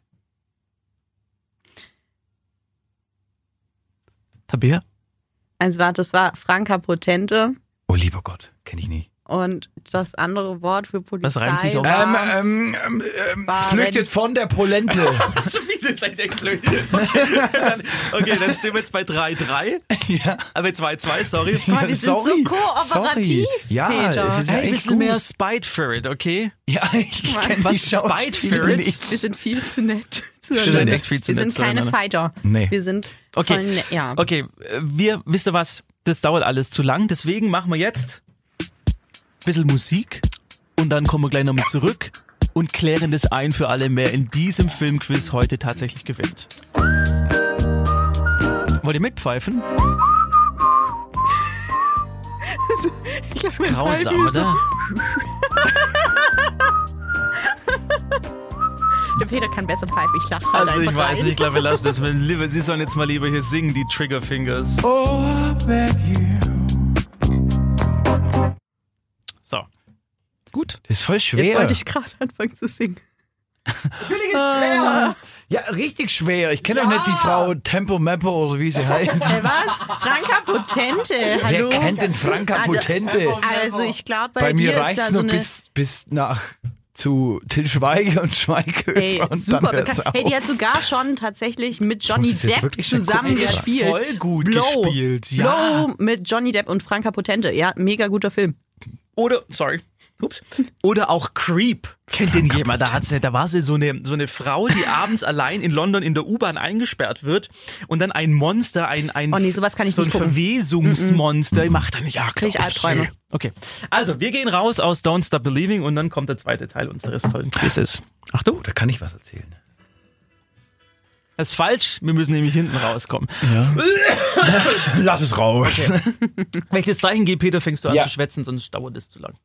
Speaker 1: Tabea?
Speaker 2: Also warte, das war Franka Potente
Speaker 3: Oh, lieber Gott, kenne ich nicht.
Speaker 2: und das andere Wort für Polizei
Speaker 1: Was reimt sich auf-
Speaker 2: war,
Speaker 3: Ähm, ähm, ähm, ähm,
Speaker 2: War
Speaker 3: flüchtet
Speaker 2: wenn-
Speaker 3: von der Polente.
Speaker 1: Schon wieder seid ihr blöd. Okay, dann, okay, dann stehen wir jetzt bei drei drei.
Speaker 3: ja.
Speaker 1: Aber zwei zwei, sorry.
Speaker 2: Guck mal, wir sind
Speaker 3: Sorry,
Speaker 2: so kooperativ,
Speaker 3: sorry. Ja,
Speaker 2: Peter.
Speaker 3: es ist ja
Speaker 1: Hey, ein
Speaker 3: echt
Speaker 1: bisschen
Speaker 3: gut.
Speaker 1: mehr Spite for it, okay?
Speaker 3: Ja, ich kenne
Speaker 1: Was
Speaker 3: die
Speaker 1: ist
Speaker 3: Schauspieler
Speaker 1: Spite
Speaker 2: wir,
Speaker 1: Spirit?
Speaker 3: nicht.
Speaker 2: sind, wir sind viel zu nett
Speaker 1: sind
Speaker 2: zueinander.
Speaker 1: echt viel zu
Speaker 2: wir
Speaker 1: nett
Speaker 2: sind keine
Speaker 1: zueinander.
Speaker 2: Fighter.
Speaker 3: Nee.
Speaker 2: Wir sind
Speaker 1: Okay.
Speaker 2: voll ne ja.
Speaker 1: Okay, äh, wir, wisst ihr was? Das dauert alles zu lang, deswegen machen wir jetzt ein bisschen Musik und dann kommen wir gleich nochmal zurück und klären das ein für alle, wer in diesem Filmquiz heute tatsächlich gewinnt. Wollt ihr mitpfeifen?
Speaker 2: Ich glaub, mein
Speaker 1: Grausam,
Speaker 2: Teil ist so-
Speaker 1: oder?
Speaker 2: Der Peter kann besser pfeifen. Ich lache halt
Speaker 1: Also ich
Speaker 2: einfach
Speaker 1: weiß
Speaker 2: rein.
Speaker 1: nicht, ich glaube, wir lassen das. Lieber, Sie sollen jetzt mal lieber hier singen, die Trigger Fingers.
Speaker 4: Oh, I beg you,
Speaker 1: So. Gut.
Speaker 3: Das ist voll schwer.
Speaker 2: Jetzt wollte ich gerade anfangen zu singen.
Speaker 3: Ja, richtig schwer. Ich kenne doch nicht die Frau Tempo Mapper oder wie sie heißt.
Speaker 2: Äh, was? Franka Potente, hallo?
Speaker 3: Wer kennt denn Franka
Speaker 2: Ah, da-
Speaker 3: Potente?
Speaker 2: Also ich glaube, bei,
Speaker 3: Bei mir
Speaker 2: dir
Speaker 3: reicht
Speaker 2: ist
Speaker 3: es
Speaker 2: da so
Speaker 3: nur
Speaker 2: eine...
Speaker 3: bis, bis nach zu Till Schweiger und Schweighöfer.
Speaker 2: Hey,
Speaker 3: und
Speaker 2: super
Speaker 3: dann hört's
Speaker 2: bekannt.
Speaker 3: auf.
Speaker 2: Hey, die hat sogar schon tatsächlich mit Johnny
Speaker 3: muss es jetzt
Speaker 2: Depp
Speaker 3: wirklich mal
Speaker 2: zusammen
Speaker 3: gucken.
Speaker 2: gespielt.
Speaker 1: Voll gut
Speaker 2: Blow.
Speaker 1: gespielt. Ja.
Speaker 2: Blow mit Johnny Depp und Franka Potente. Ja, mega guter Film.
Speaker 1: Oder, sorry. Ups. Oder auch Creep. Kennt den jemand? Da, hat's, da war sie so eine, so eine Frau, die abends allein in London in der U-Bahn eingesperrt wird und dann ein Monster, ein, ein
Speaker 2: Oh nee, sowas kann ich
Speaker 1: so ein
Speaker 2: nicht gucken.
Speaker 1: Verwesungsmonster macht dann Jagd
Speaker 2: Krieg ich
Speaker 1: auf
Speaker 2: Albträume.
Speaker 1: sie. Okay. Also, wir gehen raus aus Don't Stop Believing und dann kommt der zweite Teil unseres tollen Quizzes. Achtung.
Speaker 3: Da kann ich was erzählen.
Speaker 1: Das ist falsch. Wir müssen nämlich hinten rauskommen.
Speaker 3: Lass es raus.
Speaker 1: Wenn ich das Zeichen gebe, Peter, fängst du an
Speaker 3: Ja.
Speaker 1: zu schwätzen, sonst dauert es zu lang.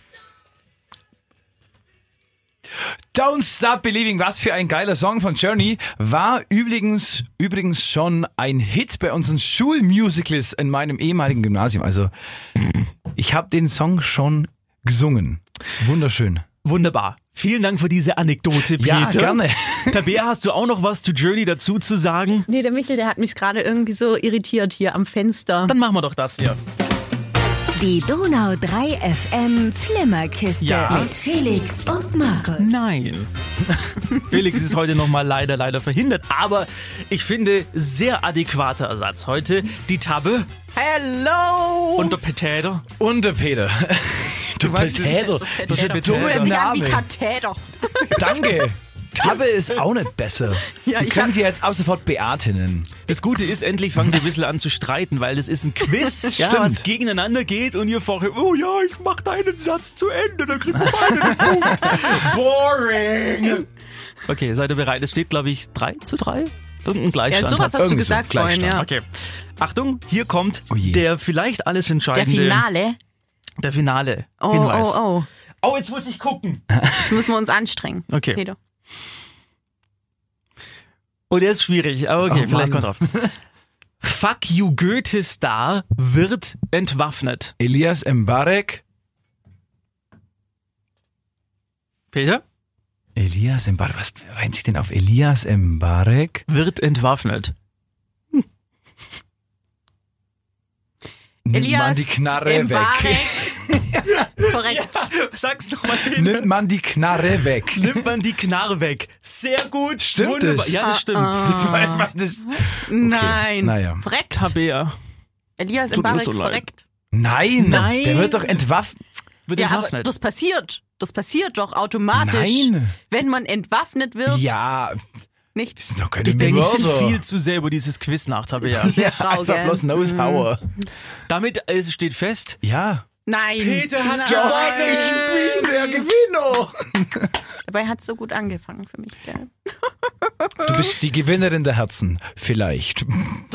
Speaker 3: Don't Stop Believing, was für ein geiler Song von Journey, war übrigens, übrigens schon ein Hit bei unseren Schulmusicals in meinem ehemaligen Gymnasium. Also ich habe den Song schon gesungen. Wunderschön.
Speaker 1: Wunderbar. Vielen Dank für diese Anekdote, Peter.
Speaker 3: Ja, gerne.
Speaker 1: Tabea, hast du auch noch was zu Journey dazu zu sagen?
Speaker 2: Nee, der Michel, der hat mich gerade irgendwie so irritiert hier am Fenster.
Speaker 1: Dann machen wir doch das hier.
Speaker 6: Die Donau drei F M Flimmerkiste
Speaker 1: Ja.
Speaker 6: mit Felix und Markus.
Speaker 1: Nein. Felix ist heute nochmal leider, leider verhindert. Aber ich finde, sehr adäquater Ersatz heute. Die Tabbe
Speaker 2: Hello!
Speaker 1: und der Peter.
Speaker 3: Und der Peter. Du
Speaker 1: weißt-
Speaker 3: Peter. Das ist ein
Speaker 1: Peter.
Speaker 3: dummer
Speaker 2: Hört sich an wie
Speaker 3: Name.
Speaker 2: Katheter.
Speaker 3: Danke. Tabbe ist auch nicht besser.
Speaker 2: Ja,
Speaker 3: Wir
Speaker 2: ich
Speaker 3: können
Speaker 2: hab-
Speaker 3: sie jetzt ab sofort Beate nennen.
Speaker 1: Das Gute ist, endlich fangen wir ein bisschen an zu streiten, weil das ist ein Quiz, ja,
Speaker 3: Stimmt.
Speaker 1: was gegeneinander geht und ihr vorher, oh ja, ich mach deinen Satz zu Ende, dann kriegen wir beide einen Punkt. Boring. Okay, seid ihr bereit? Es steht, glaube ich, drei zu drei. Irgendein
Speaker 2: Ja,
Speaker 1: Gleichstand
Speaker 2: sowas
Speaker 1: hat's.
Speaker 2: hast du
Speaker 3: irgendwie so,
Speaker 2: gesagt vorhin, ja.
Speaker 1: Okay. Achtung, hier kommt
Speaker 3: Oh je.
Speaker 1: der vielleicht alles
Speaker 2: Der
Speaker 1: entscheidende...
Speaker 2: Finale.
Speaker 1: Der Finale.
Speaker 2: Oh,
Speaker 1: Hinweis.
Speaker 2: oh, oh.
Speaker 1: Oh, jetzt muss ich gucken.
Speaker 2: Jetzt müssen wir uns anstrengen.
Speaker 1: Okay.
Speaker 2: Peter.
Speaker 1: Oh, der ist schwierig, aber okay,
Speaker 3: Oh,
Speaker 1: vielleicht
Speaker 3: Mann.
Speaker 1: kommt drauf. Fuck you Goethe-Star wird entwaffnet.
Speaker 3: Elias Mbarek.
Speaker 1: Peter?
Speaker 3: Elias Mbarek. Was reimt sich denn auf Elias Mbarek?
Speaker 1: Wird entwaffnet.
Speaker 3: Nimmt
Speaker 2: Elias
Speaker 3: man die Knarre
Speaker 2: Mbarek.
Speaker 3: weg.
Speaker 2: Korrekt.
Speaker 1: Sag's nochmal, Peter.
Speaker 3: Nimmt man die Knarre weg.
Speaker 1: Nimmt man die Knarre weg. Sehr gut.
Speaker 3: Stimmt
Speaker 1: Wunderbar.
Speaker 3: es?
Speaker 1: Ja, das stimmt.
Speaker 3: Das war einfach das.
Speaker 2: Nein.
Speaker 3: Naja.
Speaker 2: Korrekt.
Speaker 1: Tabea.
Speaker 2: Elias
Speaker 1: Tut mir
Speaker 2: Mbarek,
Speaker 1: so leid.
Speaker 2: korrekt.
Speaker 3: Nein,
Speaker 1: Nein.
Speaker 3: der wird doch entwaffnet.
Speaker 1: Wird
Speaker 2: Ja, aber
Speaker 1: entwaffnet.
Speaker 2: das passiert. Das passiert doch automatisch.
Speaker 3: Nein.
Speaker 2: Wenn man entwaffnet wird,
Speaker 3: Ja,
Speaker 2: nicht
Speaker 3: das sind doch keine
Speaker 1: Du denkst
Speaker 3: Mörder.
Speaker 1: viel zu sehr über dieses Quiz nach, Tabea.
Speaker 2: zu sehr Frau,
Speaker 3: Einfach
Speaker 2: gell?
Speaker 3: bloß Nosehauer.
Speaker 1: Damit äh, es steht fest,
Speaker 3: Ja.
Speaker 2: Nein.
Speaker 1: Peter hat
Speaker 2: Nein.
Speaker 1: gewonnen.
Speaker 3: bin der Gewinner.
Speaker 2: Dabei hat es so gut angefangen für mich, gell?
Speaker 3: Du bist die Gewinnerin der Herzen. Vielleicht.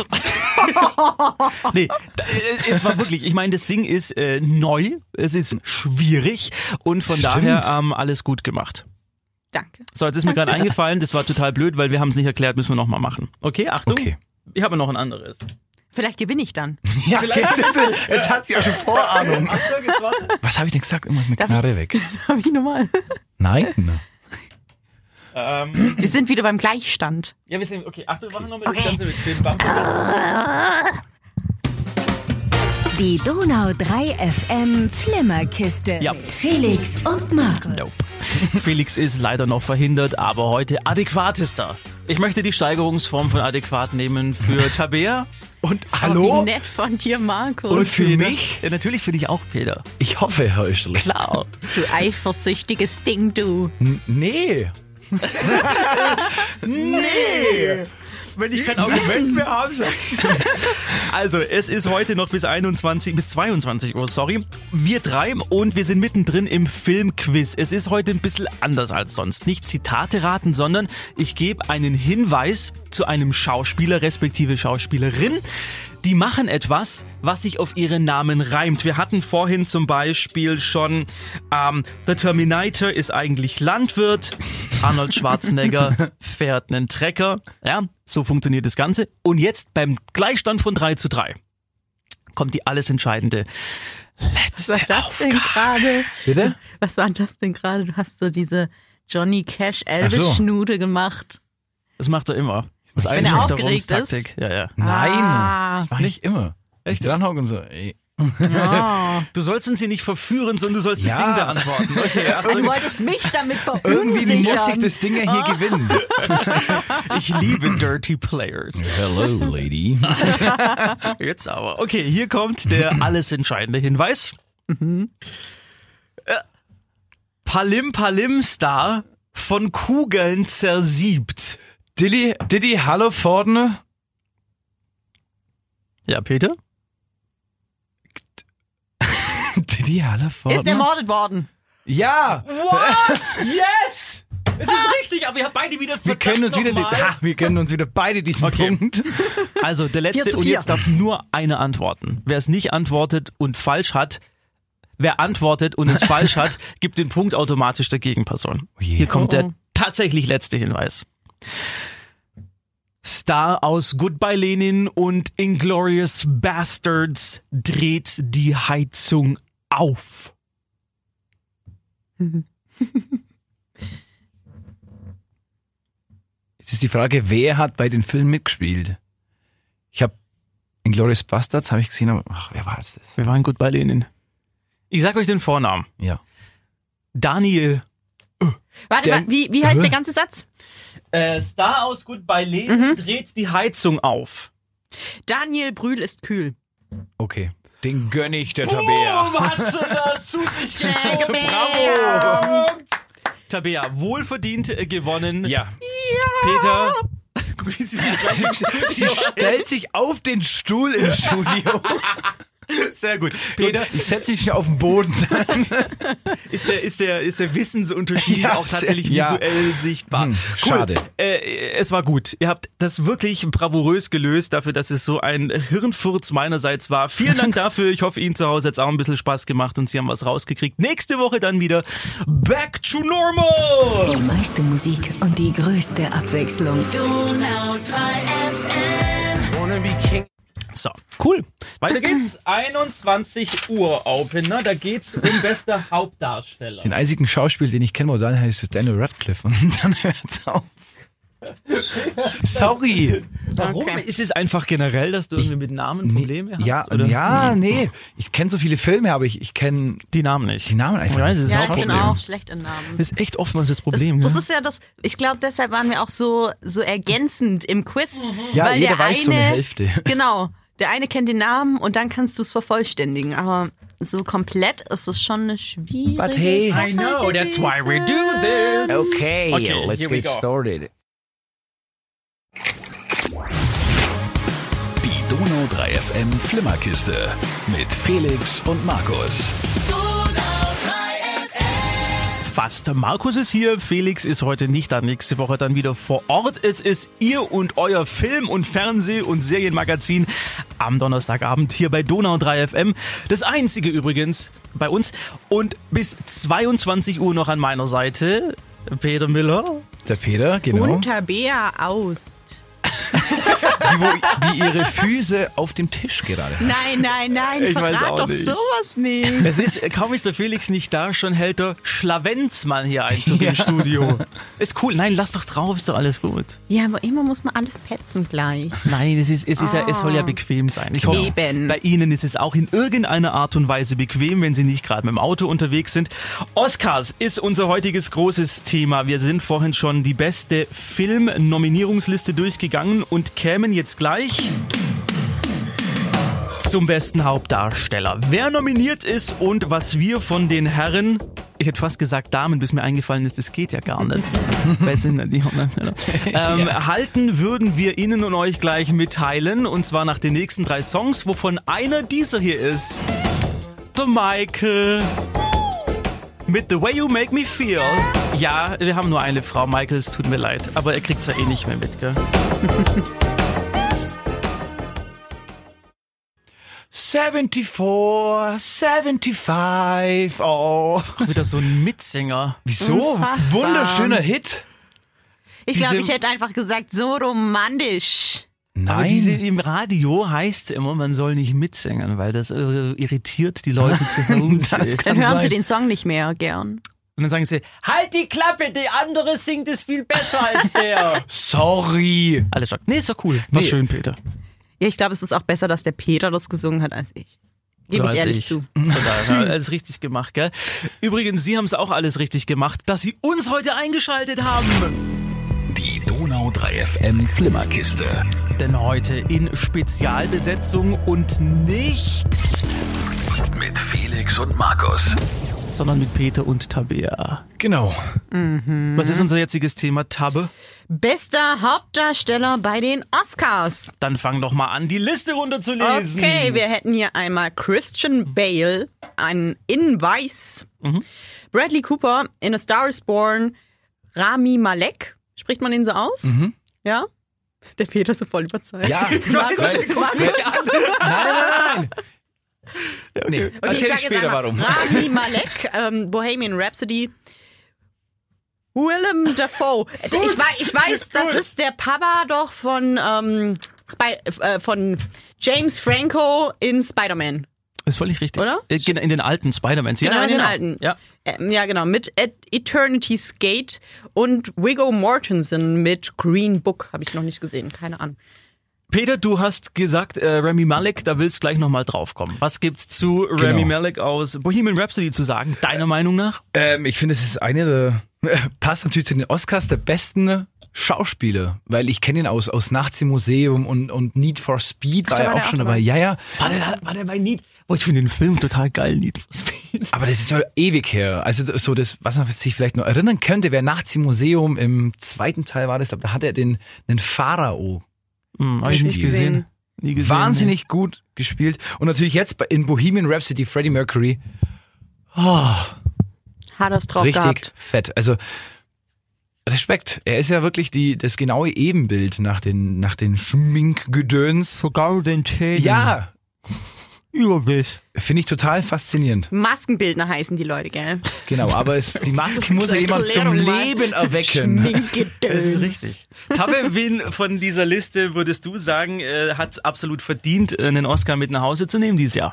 Speaker 1: Nee, da, äh, es war wirklich, ich meine, das Ding ist äh, neu, es ist schwierig und von
Speaker 3: Stimmt.
Speaker 1: daher ähm, alles gut gemacht.
Speaker 2: Danke.
Speaker 1: So, jetzt ist mir gerade eingefallen, das war total blöd, weil wir haben es nicht erklärt, müssen wir nochmal machen. Okay, Achtung.
Speaker 3: Okay.
Speaker 1: Ich habe noch ein anderes.
Speaker 2: Vielleicht gewinne ich dann.
Speaker 3: Ja, jetzt, jetzt hat sie auch schon Vorahnung.
Speaker 1: Achtung, jetzt warte.
Speaker 3: Was habe ich denn gesagt? Irgendwas mit
Speaker 2: Darf ich-
Speaker 3: Knarre weg.
Speaker 2: Hab ich normal.
Speaker 3: Nein.
Speaker 1: Ähm,
Speaker 2: Wir sind wieder beim Gleichstand.
Speaker 1: ja, wir sind, okay, Achtung, wir machen nochmal das Ganze mit dem Bumper.
Speaker 6: Die Donau drei F M Flimmerkiste
Speaker 1: Ja.
Speaker 6: mit Felix und Markus.
Speaker 1: Nope. Felix ist leider noch verhindert, aber heute adäquatester. Ich möchte die Steigerungsform von adäquat nehmen für Tabea und
Speaker 2: Wie
Speaker 3: Hallo?
Speaker 2: nett von dir, Markus.
Speaker 3: Und für
Speaker 1: Peter.
Speaker 3: mich?
Speaker 1: Ja, natürlich für dich auch, Peter.
Speaker 3: Ich hoffe, Herr Österle.
Speaker 1: Klar.
Speaker 2: Du eifersüchtiges Ding, du.
Speaker 3: N- Nee.
Speaker 1: Nee! Wenn ich kein Argument mehr habe, sag ich. Also, es ist heute noch bis einundzwanzig, bis zweiundzwanzig Uhr, sorry. Wir drei und wir sind mittendrin im Filmquiz. Es ist heute ein bisschen anders als sonst. Nicht Zitate raten, sondern ich gebe einen Hinweis zu einem Schauspieler respektive Schauspielerin. Die machen etwas, was sich auf ihren Namen reimt. Wir hatten vorhin zum Beispiel schon ähm, The Terminator ist eigentlich Landwirt, Arnold Schwarzenegger fährt einen Trecker. Ja, so funktioniert das Ganze. Und jetzt beim Gleichstand von drei zu drei kommt die alles entscheidende
Speaker 2: Was war
Speaker 1: Letzte
Speaker 2: das denn
Speaker 1: Aufgabe.
Speaker 2: gerade?
Speaker 3: Bitte?
Speaker 2: Was war das denn gerade? Du hast so diese Johnny Cash
Speaker 3: Ach so.
Speaker 2: Elvis-Schnude gemacht.
Speaker 1: Das macht er immer. Das ist
Speaker 2: Wenn er aufgeregt
Speaker 1: Einschüchterungstaktik. Ja, ja.
Speaker 3: Nein,
Speaker 2: Ah.
Speaker 3: das mache ich immer. Echt dranhocken und so. Ey.
Speaker 2: Oh.
Speaker 1: Du sollst uns hier nicht verführen, sondern du sollst
Speaker 3: Ja.
Speaker 1: das Ding beantworten. Okay,
Speaker 2: Du
Speaker 1: Achtung.
Speaker 2: wolltest mich damit
Speaker 3: Irgendwie muss ich
Speaker 2: verunsichern.
Speaker 3: das Ding ja hier gewinnen.
Speaker 1: Ich liebe Dirty Players.
Speaker 3: Hello, lady.
Speaker 1: Jetzt aber. Okay, hier kommt der alles entscheidende Hinweis. Äh, Palim Palim Star von Kugeln zersiebt.
Speaker 3: Diddy, Diddy Hallervorden.
Speaker 1: Ja, Peter?
Speaker 3: Diddy Hallervorden.
Speaker 2: Ist ermordet worden.
Speaker 3: Ja,
Speaker 1: What? Yes! Es ist richtig, aber ihr habt beide wieder
Speaker 3: wir können uns wieder, ha, wir können uns wieder beide diesen
Speaker 1: Okay.
Speaker 3: Punkt.
Speaker 1: Also der letzte
Speaker 2: Vier zu
Speaker 1: und
Speaker 2: vier.
Speaker 1: jetzt darf nur einer antworten. Wer es nicht antwortet und falsch hat, wer antwortet und es falsch hat, gibt den Punkt automatisch der Gegenperson.
Speaker 3: je.
Speaker 1: Hier kommt
Speaker 2: Oh, oh.
Speaker 1: der tatsächlich letzte Hinweis. Star aus Goodbye Lenin und Inglourious Bastards dreht die Heizung auf.
Speaker 3: Jetzt ist die Frage, wer hat bei den Filmen mitgespielt? Ich habe Inglourious Bastards, habe ich gesehen, aber ach, wer war es das?
Speaker 1: Wir waren Goodbye Lenin. Ich sag euch den Vornamen.
Speaker 3: Ja.
Speaker 1: Daniel.
Speaker 2: Warte
Speaker 3: Der-
Speaker 2: mal, wie, wie heißt der ganze Satz?
Speaker 1: Äh, Star aus Goodbye Lenin dreht die Heizung auf.
Speaker 2: Daniel Brühl ist kühl.
Speaker 3: Okay. Den gönn ich der
Speaker 1: Boom,
Speaker 3: Tabea.
Speaker 1: hat sie da zu sich gezogen.
Speaker 2: Bravo.
Speaker 1: Tabea, wohlverdient äh, gewonnen.
Speaker 3: Ja.
Speaker 1: Peter. Guck, wie sie sich gleich im
Speaker 3: Sie
Speaker 1: Studio
Speaker 3: stellt sich auf den Stuhl im Studio.
Speaker 1: Sehr gut. Peter,
Speaker 3: Ich setze mich schnell auf den Boden.
Speaker 1: ist der, ist der, ist der Wissensunterschied
Speaker 3: Ja,
Speaker 1: auch tatsächlich
Speaker 3: sehr- ja.
Speaker 1: visuell sichtbar.
Speaker 3: Hm,
Speaker 1: Cool.
Speaker 3: schade.
Speaker 1: Äh, es war gut. Ihr habt das wirklich bravourös gelöst, dafür, dass es so ein Hirnfurz meinerseits war. Vielen Dank dafür. Ich hoffe, Ihnen zu Hause hat es auch ein bisschen Spaß gemacht und Sie haben was rausgekriegt. Nächste Woche dann wieder Back to Normal.
Speaker 6: Die meiste Musik und die größte Abwechslung.
Speaker 1: So, cool. Weiter geht's. einundzwanzig Uhr Opener. Da geht's um bester Hauptdarsteller.
Speaker 3: Den einzigen Schauspieler, den ich kenne, modern heißt es Daniel Radcliffe. Und dann hört's auf. Sorry.
Speaker 1: Warum?
Speaker 2: Okay.
Speaker 1: Ist es einfach generell, dass du irgendwie mit Namen Probleme hast?
Speaker 3: Ja,
Speaker 1: oder?
Speaker 3: ja, nee. Ich kenne so viele Filme, aber ich, ich kenne
Speaker 1: Die Namen nicht.
Speaker 3: die Namen einfach
Speaker 1: Ja,
Speaker 3: nicht.
Speaker 1: das ist
Speaker 2: Ja,
Speaker 1: auch
Speaker 2: ich
Speaker 1: ein
Speaker 2: bin
Speaker 1: Problem.
Speaker 2: auch schlecht in Namen.
Speaker 1: Das ist echt oftmals das
Speaker 2: Das,
Speaker 1: Problem.
Speaker 2: das
Speaker 1: ne?
Speaker 2: ist ja das, ich glaube, deshalb waren wir auch so, so ergänzend im Quiz.
Speaker 3: Ja,
Speaker 2: weil
Speaker 3: jeder
Speaker 2: der
Speaker 3: weiß
Speaker 2: eine,
Speaker 3: so eine Hälfte.
Speaker 2: Genau. Der eine kennt den Namen und dann kannst du es vervollständigen. Aber so komplett ist es schon eine schwierige
Speaker 3: But hey.
Speaker 2: Sache
Speaker 1: I know, that's why we do
Speaker 2: gewesen.
Speaker 1: this.
Speaker 3: Okay,
Speaker 1: Okay,
Speaker 3: let's
Speaker 1: here we
Speaker 3: get
Speaker 1: go.
Speaker 3: started.
Speaker 5: Die Donau drei F M Flimmerkiste mit Felix und Markus.
Speaker 1: Fast. Markus ist hier, Felix ist heute nicht da, nächste Woche dann wieder vor Ort. Es ist ihr und euer Film- und Fernseh- und Serienmagazin am Donnerstagabend hier bei Donau drei F M. Das einzige übrigens bei uns. Und bis zweiundzwanzig Uhr noch an meiner Seite Peter Miller.
Speaker 3: Der Peter, genau.
Speaker 2: Und Tabea Aust.
Speaker 3: Die, wo, die ihre Füße auf dem Tisch gerade hat.
Speaker 2: Nein, nein, nein,
Speaker 1: Ich weiß
Speaker 2: verrat
Speaker 1: auch
Speaker 2: doch
Speaker 1: nicht.
Speaker 2: sowas nicht.
Speaker 1: Es ist, kaum ist der Felix nicht da, schon hält der Schlawenzmann hier Einzug im Studio. Ist cool. Nein, lass doch drauf, ist doch alles gut.
Speaker 2: Ja, aber immer muss man alles petzen gleich.
Speaker 1: Nein, es, ist, es, ist ja, es soll ja bequem sein. Ich hoffe,
Speaker 2: Eben.
Speaker 1: bei Ihnen ist es auch in irgendeiner Art und Weise bequem, wenn Sie nicht gerade mit dem Auto unterwegs sind. Oscars ist unser heutiges großes Thema. Wir sind vorhin schon die beste Film-Nominierungsliste durchgegangen und kämen jetzt gleich zum besten Hauptdarsteller. Wer nominiert ist und was wir von den Herren, ich hätte fast gesagt Damen, bis mir eingefallen ist, das geht ja gar nicht. Weil es sind die, ähm, halten würden wir Ihnen und euch gleich mitteilen. Und zwar nach den nächsten drei Songs, wovon einer dieser hier ist. Der Michael. Mit The Way You Make Me Feel. Ja, wir haben nur eine Frau, Michael, es tut mir leid. Aber er kriegt's ja eh nicht mehr mit, gell?
Speaker 3: vierundsiebzig, fünfundsiebzig, oh.
Speaker 1: Wieder so ein Mitsänger.
Speaker 3: Wieso?
Speaker 2: Unfassbar.
Speaker 3: Wunderschöner Hit.
Speaker 2: Ich glaube,
Speaker 1: Diese-
Speaker 2: ich hätte einfach gesagt, so romantisch.
Speaker 3: Nein.
Speaker 1: Aber diese im Radio heißt immer, man soll nicht mitsingen, weil das äh, irritiert die Leute zu Hause.
Speaker 3: Das kann
Speaker 2: Dann hören
Speaker 3: sein.
Speaker 2: sie den Song nicht mehr gern.
Speaker 1: Und dann sagen sie, halt die Klappe, der andere singt es viel besser als der.
Speaker 3: Sorry.
Speaker 1: Alles sagt, nee, ist doch cool. War
Speaker 3: Nee.
Speaker 1: schön, Peter.
Speaker 2: Ja, ich glaube, es ist auch besser, dass der Peter das gesungen hat als ich. Gebe
Speaker 1: Oder
Speaker 2: ich
Speaker 1: als
Speaker 2: ehrlich
Speaker 1: ich.
Speaker 2: zu.
Speaker 1: Von daher, alles richtig gemacht, gell? Übrigens, Sie haben es auch alles richtig gemacht, dass Sie uns heute eingeschaltet haben.
Speaker 5: Die Donau drei F M Flimmerkiste.
Speaker 1: Denn heute in Spezialbesetzung und nicht,
Speaker 5: Mit Felix und Markus.
Speaker 1: sondern mit Peter und Tabea.
Speaker 3: Genau.
Speaker 1: Was ist unser jetziges Thema, Tabbe?
Speaker 2: Bester Hauptdarsteller bei den Oscars.
Speaker 1: Dann fang doch mal an, die Liste runterzulesen.
Speaker 2: Okay, wir hätten hier einmal Christian Bale, ein in Weiß, Bradley Cooper in A Star is Born, Rami Malek, spricht man ihn so aus? Ja? Der Peter ist so voll überzeugt.
Speaker 3: Ja,
Speaker 2: Markus,
Speaker 3: weil-
Speaker 2: Markus.
Speaker 3: Nein, nein, nein. Nee,
Speaker 2: Okay,
Speaker 3: erzähl
Speaker 2: ich
Speaker 3: ich
Speaker 2: sag
Speaker 3: später
Speaker 2: jetzt einmal,
Speaker 3: warum.
Speaker 2: Rami Malek, ähm, Bohemian Rhapsody, Willem Dafoe. ich, weiß, ich weiß, das ist der Papa doch von, ähm, Spy- äh, von James Franco in Spider-Man.
Speaker 1: Ist völlig richtig.
Speaker 2: Oder?
Speaker 1: Äh, In den alten Spider-Mans. Ja,
Speaker 2: Genau,
Speaker 1: ja,
Speaker 2: in den
Speaker 1: genau.
Speaker 2: alten.
Speaker 1: Ja.
Speaker 2: Ähm, ja, genau, mit Et- Eternity's Gate und Viggo Mortensen mit Green Book. Habe ich noch nicht gesehen, keine Ahnung.
Speaker 1: Peter, du hast gesagt, äh, Rami Malek, da willst gleich nochmal draufkommen. Was gibt's zu Rami Malek aus Bohemian Rhapsody zu sagen, deiner Meinung nach?
Speaker 3: Ähm, ich finde, es ist eine der, passt natürlich zu den Oscars, der besten Schauspieler, weil ich kenne ihn aus, aus Nachts im Museum und, und Need for Speed war
Speaker 2: da
Speaker 3: er
Speaker 2: war
Speaker 3: auch
Speaker 2: der
Speaker 3: schon
Speaker 2: auch
Speaker 3: dabei. Ja, ja.
Speaker 1: War der, war der bei Need? Boah, ich finde den Film total geil, Need for Speed.
Speaker 3: Aber das ist ja ewig her. Also so das, was man sich vielleicht noch erinnern könnte, wäre Nachts im Museum, im zweiten Teil war das, aber da hat er den, den Pharao.
Speaker 1: Hm, hab ich nicht
Speaker 2: Nicht
Speaker 1: gesehen.
Speaker 2: gesehen.
Speaker 1: Nie gesehen.
Speaker 3: Wahnsinnig gut gespielt. Und natürlich jetzt bei- in Bohemian Rhapsody Freddie Mercury.
Speaker 2: Hat das drauf
Speaker 3: Richtig
Speaker 2: gehabt.
Speaker 3: fett. Also Respekt. Er ist ja wirklich die, das genaue Ebenbild nach den, nach den Schminkgedöns.
Speaker 1: Sogar den Tänen.
Speaker 3: Ja,
Speaker 1: Überwiss.
Speaker 3: finde ich total faszinierend.
Speaker 2: Maskenbildner heißen die Leute, gell?
Speaker 3: Genau, aber es, die Maske muss ja jemand zum
Speaker 2: Erklärung mal.
Speaker 3: Leben erwecken.
Speaker 2: Schminkgedöns.
Speaker 1: Das ist richtig. Tabbe, wen von dieser Liste würdest du sagen, äh, hat es absolut verdient, einen Oscar mit nach Hause zu nehmen dieses Jahr?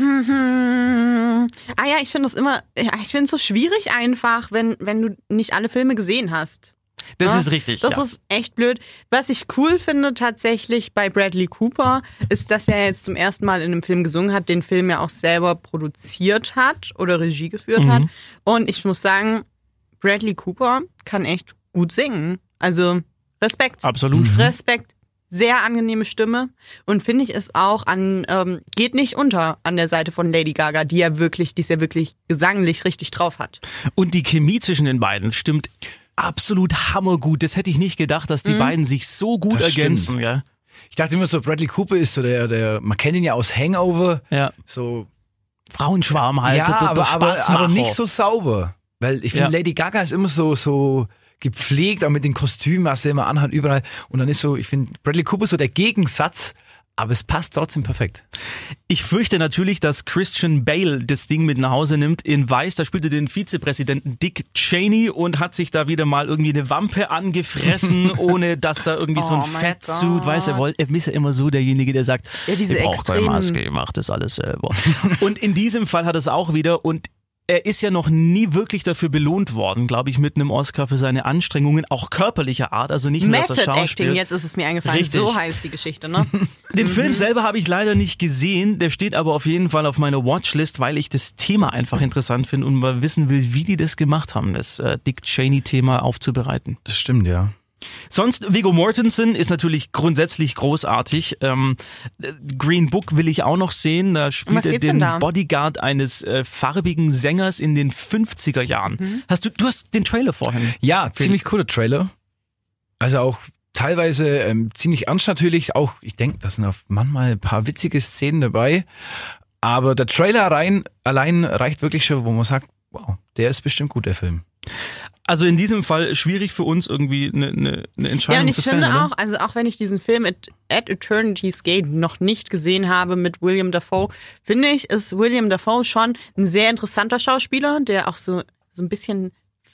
Speaker 2: Hm. Ah ja, ich finde das immer, ja, ich finde es so schwierig einfach, wenn, wenn du nicht alle Filme gesehen hast.
Speaker 1: Das
Speaker 2: Ja,
Speaker 1: ist richtig.
Speaker 2: Das
Speaker 1: ja.
Speaker 2: ist echt blöd. Was ich cool finde tatsächlich bei Bradley Cooper, ist, dass er jetzt zum ersten Mal in einem Film gesungen hat, den Film ja auch selber produziert hat oder Regie geführt
Speaker 1: Mhm.
Speaker 2: hat. Und ich muss sagen, Bradley Cooper kann echt gut singen. Also Respekt.
Speaker 1: Absolut.
Speaker 2: Respekt. Sehr angenehme Stimme. Und finde ich es auch an, ähm, geht nicht unter an der Seite von Lady Gaga, die ja wirklich, die es ja wirklich gesanglich richtig drauf hat.
Speaker 1: Und die Chemie zwischen den beiden stimmt absolut hammergut. Das hätte ich nicht gedacht, dass die beiden sich so gut
Speaker 3: Das
Speaker 1: ergänzen.
Speaker 3: stimmt.
Speaker 1: Ja.
Speaker 3: Ich dachte immer so, Bradley Cooper ist so der, der, man kennt ihn ja aus Hangover.
Speaker 1: Ja.
Speaker 3: So,
Speaker 1: Frauenschwarm halt.
Speaker 3: ja,
Speaker 1: der, der
Speaker 3: aber, aber,
Speaker 1: Spaßmacher.
Speaker 3: aber nicht so sauber. Weil ich finde,
Speaker 1: Ja.
Speaker 3: Lady Gaga ist immer so, so gepflegt, auch mit den Kostümen, was sie immer anhat, überall. Und dann ist so, ich finde, Bradley Cooper ist so der Gegensatz, aber es passt trotzdem perfekt.
Speaker 1: Ich fürchte natürlich, dass Christian Bale das Ding mit nach Hause nimmt. In Weiß, da spielte den Vizepräsidenten Dick Cheney und hat sich da wieder mal irgendwie eine Wampe angefressen, ohne dass da irgendwie so ein
Speaker 2: Oh mein
Speaker 1: Fatsuit,
Speaker 2: Gott.
Speaker 1: weiß er, wollte, er ist ja immer so derjenige, der sagt,
Speaker 2: Ja, diese
Speaker 1: ich brauche keine
Speaker 2: extremen-
Speaker 1: Maske, ich mach das alles selber. Und in diesem Fall hat er es auch wieder und er ist ja noch nie wirklich dafür belohnt worden, glaube ich, mit einem Oscar für seine Anstrengungen, auch körperlicher Art, also nicht nur, dass er
Speaker 2: Method Acting,
Speaker 1: Schauspiel.
Speaker 2: jetzt ist es mir eingefallen.
Speaker 1: Richtig.
Speaker 2: So heißt die Geschichte, ne?
Speaker 1: Den Film selber habe ich leider nicht gesehen, der steht aber auf jeden Fall auf meiner Watchlist, weil ich das Thema einfach interessant finde und mal wissen will, wie die das gemacht haben, das äh, Dick Cheney-Thema aufzubereiten.
Speaker 3: Das stimmt, ja.
Speaker 1: Sonst, Viggo Mortensen ist natürlich grundsätzlich großartig. Ähm, Green Book will ich auch noch sehen. Da spielt
Speaker 2: was
Speaker 1: er
Speaker 2: geht's
Speaker 1: den
Speaker 2: denn da?
Speaker 1: Bodyguard eines äh, farbigen Sängers in den fünfziger Jahren.
Speaker 2: Mhm.
Speaker 1: Hast du, du hast den Trailer vorhin.
Speaker 3: Ja, ziemlich cooler Trailer. Also auch teilweise ähm, ziemlich ernst natürlich. Auch, ich denke, da sind auch manchmal ein paar witzige Szenen dabei. Aber der Trailer rein, allein reicht wirklich schon, wo man sagt, wow, der ist bestimmt gut, der Film.
Speaker 1: Also in diesem Fall schwierig für uns irgendwie eine, eine, eine Entscheidung
Speaker 2: Ja, und ich
Speaker 1: zu
Speaker 2: finde
Speaker 1: fällen, oder?
Speaker 2: auch, also auch wenn ich diesen Film at, at Eternity's Gate noch nicht gesehen habe mit William Dafoe, finde ich, ist William Dafoe schon ein sehr interessanter Schauspieler, der auch so, so ein bisschen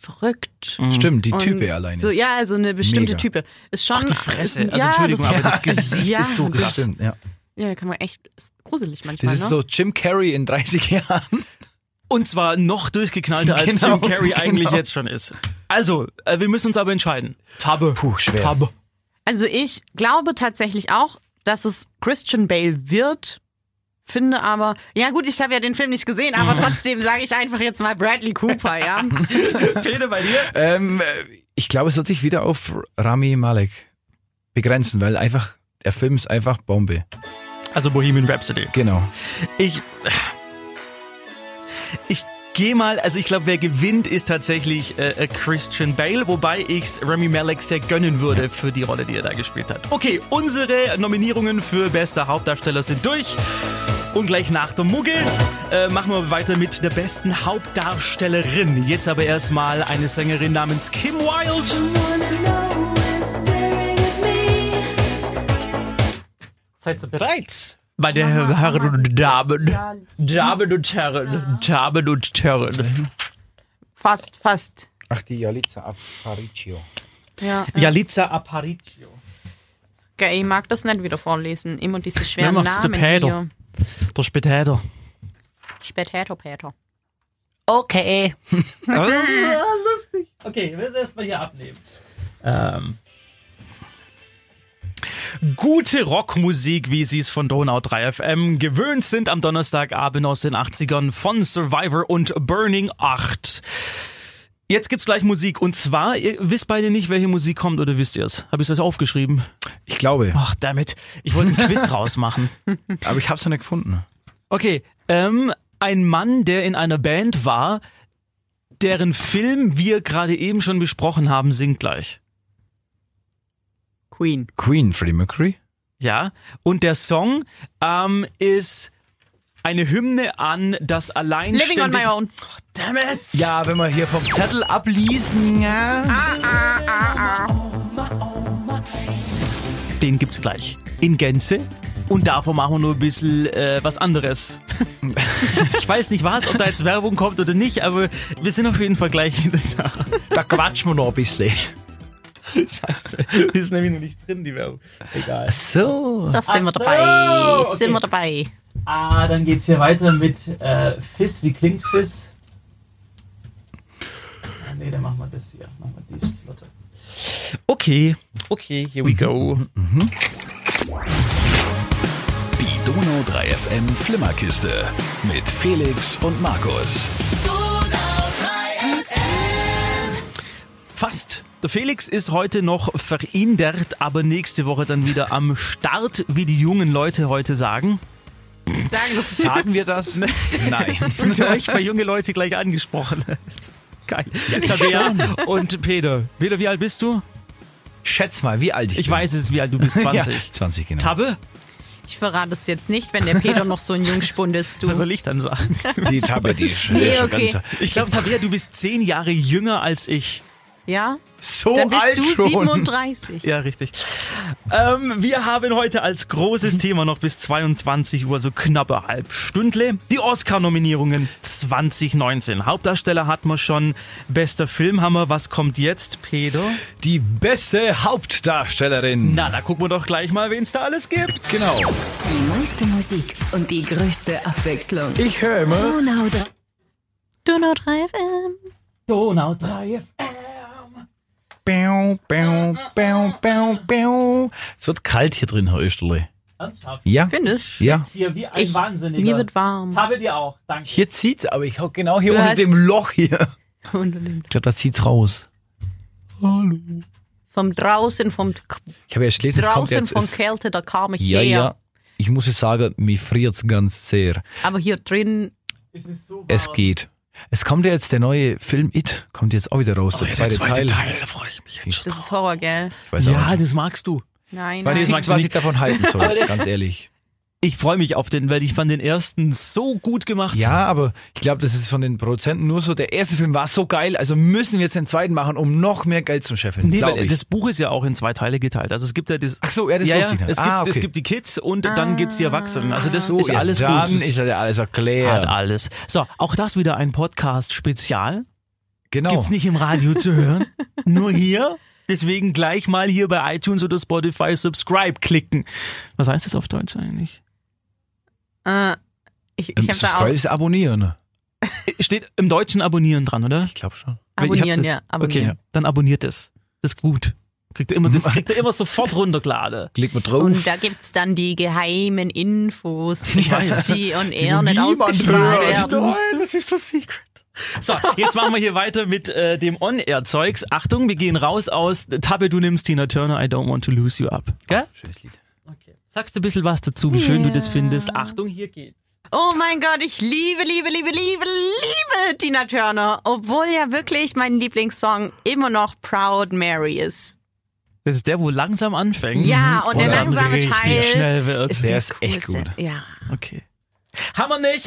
Speaker 2: verrückt.
Speaker 3: Stimmt, die
Speaker 2: Und
Speaker 3: Type allein
Speaker 2: so,
Speaker 3: ist.
Speaker 2: ja, so eine bestimmte
Speaker 3: mega.
Speaker 2: Type. Ist schon,
Speaker 1: Ach, die Fresse.
Speaker 2: ist-
Speaker 1: Also
Speaker 2: ja,
Speaker 1: Entschuldigung,
Speaker 2: das,
Speaker 1: aber das Gesicht
Speaker 2: ja,
Speaker 1: ist so
Speaker 2: das
Speaker 1: krass.
Speaker 3: Stimmt, ja.
Speaker 2: Ja, da kann man echt, ist gruselig manchmal,
Speaker 3: Das ist
Speaker 2: ne?
Speaker 3: so Jim Carrey in dreißig Jahren.
Speaker 1: Und zwar noch durchgeknallter, als
Speaker 3: Genau,
Speaker 1: Jim Carrey eigentlich
Speaker 3: genau.
Speaker 1: jetzt schon ist. Also, äh, wir müssen uns aber entscheiden. Tabbe.
Speaker 3: Puh, schwer.
Speaker 1: Tabbe.
Speaker 2: Also ich glaube tatsächlich auch, dass es Christian Bale wird. Finde aber, ja gut, ich habe ja den Film nicht gesehen, aber trotzdem sage ich einfach jetzt mal Bradley Cooper, ja.
Speaker 1: Peter, bei dir?
Speaker 3: Ähm, äh, ich glaube, es wird sich wieder auf Rami Malek begrenzen, weil einfach, der Film ist einfach Bombe.
Speaker 1: Also Bohemian Rhapsody.
Speaker 3: Genau.
Speaker 1: Ich, ich gehe mal, also ich glaube, wer gewinnt, ist tatsächlich äh, Christian Bale, wobei ich es Rami Malek sehr gönnen würde für die Rolle, die er da gespielt hat. Okay, unsere Nominierungen für bester Hauptdarsteller sind durch. Und gleich nach der Muggel äh, machen wir weiter mit der besten Hauptdarstellerin. Jetzt aber erstmal eine Sängerin namens Kim Wilde. Seid ihr bereit? Meine Herren und Damen, Damen und Herren, Damen und Herren.
Speaker 2: Fast, fast.
Speaker 3: Ach, die Jalitza Aparicio.
Speaker 2: Ja.
Speaker 1: Jalitza Aparicio.
Speaker 2: Okay, ich mag das nicht wieder vorlesen. Immer diese schweren
Speaker 1: Wer macht's, der
Speaker 2: Namen
Speaker 1: Peter?
Speaker 2: hier.
Speaker 1: Der Spätäter.
Speaker 2: Spätäter, Peter.
Speaker 1: Okay. Das ist so lustig. Okay, wir müssen erstmal hier abnehmen. Ähm. Gute Rockmusik, wie Sie es von Donau drei F M gewöhnt sind am Donnerstagabend aus den achtzigern von Survivor und Burning acht. Jetzt gibt's gleich Musik und zwar, ihr wisst beide nicht, welche Musik kommt oder wisst ihr es? Habe ich das aufgeschrieben?
Speaker 3: Ich glaube,
Speaker 1: Ach, damit. Ich wollte einen Quiz draus machen.
Speaker 3: aber ich habe es noch nicht gefunden.
Speaker 1: Okay, ähm, ein Mann, der in einer Band war, deren Film wir gerade eben schon besprochen haben, singt gleich.
Speaker 2: Queen.
Speaker 3: Queen, Freddie Mercury.
Speaker 1: Ja, und der Song ähm, ist eine Hymne an das alleinständige...
Speaker 2: Living on my own.
Speaker 1: Damn it!
Speaker 3: Ja, wenn wir hier vom Zettel abliesen, ja.
Speaker 1: Den gibt's gleich. In Gänze. Und davor machen wir nur ein bisschen äh, was anderes. Ich weiß nicht was, ob da jetzt Werbung kommt oder nicht, aber wir sind auf jeden Fall gleich in der Sache.
Speaker 3: Da quatschen wir noch ein bisschen.
Speaker 1: Scheiße, die ist nämlich noch nicht drin, die Werbung. Egal.
Speaker 3: So.
Speaker 2: Das sind wir
Speaker 1: Ach so,
Speaker 2: dabei.
Speaker 1: okay.
Speaker 2: Sind wir dabei.
Speaker 1: Ah, dann geht's hier weiter mit äh, Fizz. Wie klingt Fizz? Ah, nee, dann machen wir das hier. Machen wir die Flotte. Okay, okay, here we go.
Speaker 5: Die Donau drei F M Flimmerkiste mit Felix und Markus.
Speaker 1: Fast. Der Felix ist heute noch verindert, aber nächste Woche dann wieder am Start, wie die jungen Leute heute sagen.
Speaker 2: Sagen das
Speaker 3: Sagen wir das? Nein.
Speaker 1: Fühlt ihr euch bei junge Leute gleich angesprochen? Geil. Tabea und Peter. Peter, wie alt bist du?
Speaker 3: Schätz mal, wie alt ich,
Speaker 1: Ich
Speaker 3: bin.
Speaker 1: weiß es, wie alt du bist. zwanzig.
Speaker 3: Ja, zwanzig, genau.
Speaker 1: Tabbe?
Speaker 2: Ich verrate es jetzt nicht, wenn der Peter noch so ein Jungspund ist. Du.
Speaker 1: Was soll ich dann sagen?
Speaker 3: Die Tabbe, die ist, die
Speaker 2: Nee,
Speaker 3: ist schon
Speaker 2: okay.
Speaker 3: ganz...
Speaker 1: Ich glaube, Tabea, du bist zehn Jahre jünger als ich.
Speaker 2: Ja?
Speaker 3: So
Speaker 2: Dann bist
Speaker 3: alt
Speaker 2: du
Speaker 3: schon.
Speaker 2: siebenunddreißig.
Speaker 1: Ja, richtig. Ähm, wir haben heute als großes Thema noch bis zweiundzwanzig Uhr, so knappe Halbstündle, die Oscar-Nominierungen zwanzig neunzehn. Hauptdarsteller hatten wir schon, bester Film haben wir. Was kommt jetzt, Peter?
Speaker 3: Die beste Hauptdarstellerin.
Speaker 1: Na, da gucken wir doch gleich mal, wen es da alles gibt.
Speaker 3: Genau.
Speaker 6: Die neueste Musik und die größte Abwechslung.
Speaker 3: Ich höre immer.
Speaker 6: Donau drei.
Speaker 2: Donau drei F M.
Speaker 1: Donau drei F M.
Speaker 3: Bäu, bäu, bäu, bäu, bäu. Es wird kalt hier drin, Herr Österle.
Speaker 1: Ernsthaft?
Speaker 3: Ja?
Speaker 2: Findest du?
Speaker 3: Ja.
Speaker 1: Jetzt hier wie ein
Speaker 2: Ich-
Speaker 1: Wahnsinniger.
Speaker 2: Mir wird warm.
Speaker 1: Habe dir auch, danke.
Speaker 3: Hier zieht's, aber ich hocke genau hier
Speaker 2: Du
Speaker 3: unter
Speaker 2: hast-
Speaker 3: dem Loch hier.
Speaker 2: Unbedingt.
Speaker 3: Ich glaube, das zieht's raus.
Speaker 2: Vom draußen, vom
Speaker 3: Ich habe ja gelesen, es kommt
Speaker 2: draußen
Speaker 3: jetzt.
Speaker 2: von
Speaker 3: Es,
Speaker 2: Kälte, da kam ich
Speaker 3: ja,
Speaker 2: her.
Speaker 3: ja. Ich muss es sagen, mir friert's ganz sehr.
Speaker 2: Aber hier drin,
Speaker 1: Es ist so warm.
Speaker 3: Es geht. Es kommt ja jetzt der neue Film It, kommt jetzt auch wieder raus, der
Speaker 1: Oh,
Speaker 3: zweite, Teil.
Speaker 1: da freue ich mich jetzt schon
Speaker 2: das ist Horror, gell?
Speaker 3: Ich weiß auch
Speaker 1: Ja,
Speaker 3: nicht.
Speaker 1: das magst du.
Speaker 2: Nein,
Speaker 3: Ich weiß
Speaker 2: nein.
Speaker 1: das
Speaker 3: nicht,
Speaker 1: magst du
Speaker 3: was
Speaker 1: nicht.
Speaker 3: ich davon halten soll, ganz ehrlich.
Speaker 1: Ich freue mich auf den, weil ich fand den ersten so gut gemacht.
Speaker 3: Ja, aber ich glaube, das ist von den Produzenten nur so, der erste Film war so geil, also müssen wir jetzt den zweiten machen, um noch mehr Geld zu scheffeln,
Speaker 1: Nee,
Speaker 3: glaub
Speaker 1: weil
Speaker 3: ich.
Speaker 1: das Buch ist ja auch in zwei Teile geteilt. Also es gibt ja das.
Speaker 3: Ach so, ja, das
Speaker 1: ja,
Speaker 3: wusste
Speaker 1: ja,
Speaker 3: ich nicht.
Speaker 1: es, gibt,
Speaker 3: Ah, okay.
Speaker 1: es gibt die Kids und dann gibt's die Erwachsenen. Also das
Speaker 3: so,
Speaker 1: ist
Speaker 3: ja,
Speaker 1: alles
Speaker 3: dann
Speaker 1: gut.
Speaker 3: ist ja alles
Speaker 1: Hat
Speaker 3: erklärt.
Speaker 1: alles. So, auch das wieder ein Podcast-Spezial.
Speaker 3: Genau.
Speaker 1: Gibt's nicht im Radio zu hören. Nur hier. Deswegen gleich mal hier bei iTunes oder Spotify Subscribe klicken. Was heißt das auf Deutsch eigentlich?
Speaker 2: Äh, ich ich
Speaker 3: Ähm,
Speaker 2: habe da
Speaker 3: Subscribe
Speaker 2: auch
Speaker 3: ist abonnieren.
Speaker 1: Steht im Deutschen abonnieren dran, oder?
Speaker 3: Ich glaube schon.
Speaker 1: Weil ich hab
Speaker 2: abonnieren,
Speaker 1: das,
Speaker 2: ja. Abonnieren.
Speaker 1: Okay, dann abonniert es. Das ist gut. Kriegt ihr immer, das kriegt ihr immer sofort runtergeladen.
Speaker 3: Klick mal drauf.
Speaker 2: Und da gibt's dann die geheimen Infos,
Speaker 1: weiß.
Speaker 2: die on air nicht
Speaker 3: niemand
Speaker 2: ausgestrahlt
Speaker 3: hört.
Speaker 2: werden.
Speaker 1: Nein, das ist das Secret. So, jetzt machen wir hier weiter mit äh, dem On-Air-Zeugs. Achtung, wir gehen raus aus Tabbe, du nimmst Tina Turner, I don't want to lose you up. Gell?
Speaker 3: Schönes Lied.
Speaker 1: Okay. Sagst du ein bisschen was dazu, wie schön du das findest? Achtung, hier geht's.
Speaker 2: Oh mein Gott, ich liebe, liebe, liebe, liebe, liebe Tina Turner. Obwohl ja wirklich mein Lieblingssong immer noch Proud Mary ist.
Speaker 1: Das ist der, wo langsam anfängt.
Speaker 2: Ja, und der
Speaker 1: und dann
Speaker 2: langsame
Speaker 1: richtig
Speaker 2: Teil
Speaker 1: schnell wird.
Speaker 2: ist
Speaker 3: Der
Speaker 2: der
Speaker 3: ist echt
Speaker 2: coolste.
Speaker 3: gut.
Speaker 2: Ja.
Speaker 1: Okay. Haben wir nicht.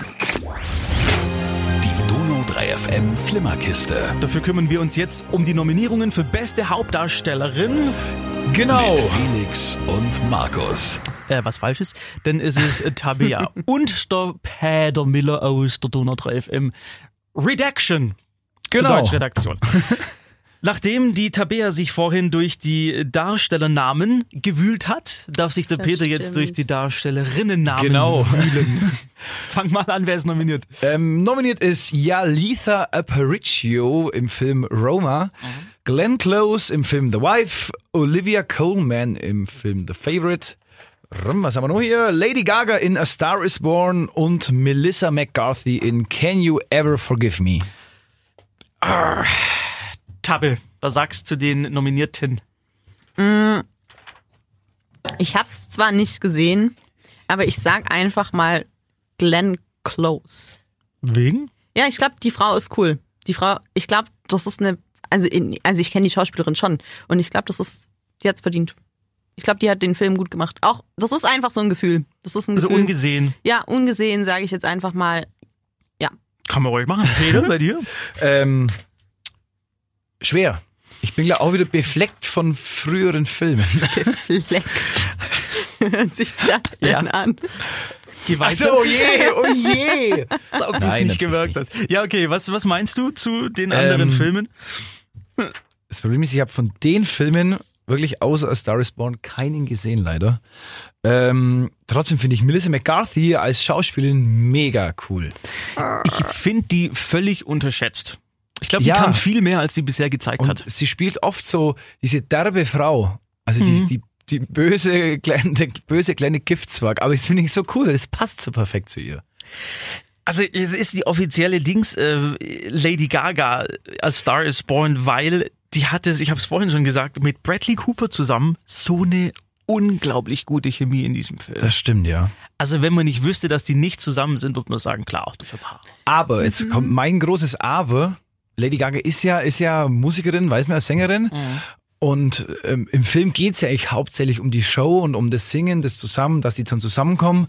Speaker 5: Die Donau drei F M Flimmerkiste.
Speaker 1: Dafür kümmern wir uns jetzt um die Nominierungen für beste Hauptdarstellerin.
Speaker 3: Genau.
Speaker 5: Mit Felix und Markus.
Speaker 1: Äh, was falsch ist, denn es ist äh, Tabea und der Peter Miller aus der Donau drei F M Redaction. Zur
Speaker 3: Genau.
Speaker 1: Deutschredaktion. Nachdem die Tabea sich vorhin durch die Darstellernamen gewühlt hat, darf sich der
Speaker 2: Das
Speaker 1: Peter jetzt
Speaker 2: stimmt.
Speaker 1: durch die Darstellerinnennamen
Speaker 3: Genau.
Speaker 1: wühlen. Fang mal an, wer ist nominiert?
Speaker 3: Ähm, nominiert ist Yalitha Aparicio im Film Roma, Glenn Close im Film The Wife, Olivia Colman im Film The Favourite, Rum, was haben wir noch hier? Lady Gaga in A Star is Born und Melissa McCarthy in Can You Ever Forgive Me?
Speaker 1: Tabbe, was sagst du zu den Nominierten?
Speaker 2: Ich hab's zwar nicht gesehen, aber ich sag einfach mal Glenn Close.
Speaker 1: Wegen?
Speaker 2: Ja, ich glaube, die Frau ist cool. Die Frau, ich glaube, das ist eine, also, in, also ich kenne die Schauspielerin schon und ich glaube, das ist, die hat's verdient. Ich glaube, die hat den Film gut gemacht. Auch, das ist einfach so ein Gefühl. Das ist ein
Speaker 1: Also
Speaker 2: Gefühl.
Speaker 1: ungesehen.
Speaker 2: Ja, ungesehen sage ich jetzt einfach mal.
Speaker 1: Kann man ruhig machen. Peter, bei dir?
Speaker 3: Ähm, schwer. Ich bin ja auch wieder befleckt von früheren Filmen.
Speaker 2: Fleck. Hört sich das denn
Speaker 1: Ja.
Speaker 2: an?
Speaker 1: Geh weiter.
Speaker 3: oh je, oh je.
Speaker 1: Ob du es
Speaker 3: Nein,
Speaker 1: nicht gemerkt
Speaker 3: natürlich
Speaker 1: hast. Ja, okay, was, was meinst du zu den anderen
Speaker 3: Ähm,
Speaker 1: Filmen?
Speaker 3: Das Problem ist, ich habe von den Filmen wirklich außer A Star is Born keinen gesehen, leider. Ähm, trotzdem finde ich Melissa McCarthy als Schauspielerin mega cool.
Speaker 1: Ich finde die völlig unterschätzt. Ich glaube, die
Speaker 3: Ja.
Speaker 1: kann viel mehr, als die bisher gezeigt
Speaker 3: Und
Speaker 1: hat.
Speaker 3: sie spielt oft so diese derbe Frau. Also die,
Speaker 1: Mhm.
Speaker 3: die, die böse kleine, der böse kleine Giftzwerg. Aber das finde ich so cool. Das passt so perfekt zu ihr.
Speaker 1: Also es ist die offizielle Dings äh, Lady Gaga als Star is Born, weil die hatte, ich habe es vorhin schon gesagt, mit Bradley Cooper zusammen so eine unglaublich gute Chemie in diesem Film.
Speaker 3: Das stimmt, ja.
Speaker 1: Also wenn man nicht wüsste, dass die nicht zusammen sind, würde man sagen, klar, auch der Paar.
Speaker 3: Aber jetzt kommt mein großes Aber. Lady Gaga ist ja, ist ja Musikerin, weiß man, als Sängerin. Und ähm, im Film geht's ja eigentlich hauptsächlich um die Show und um das Singen, das Zusammen, dass die dann zusammenkommen.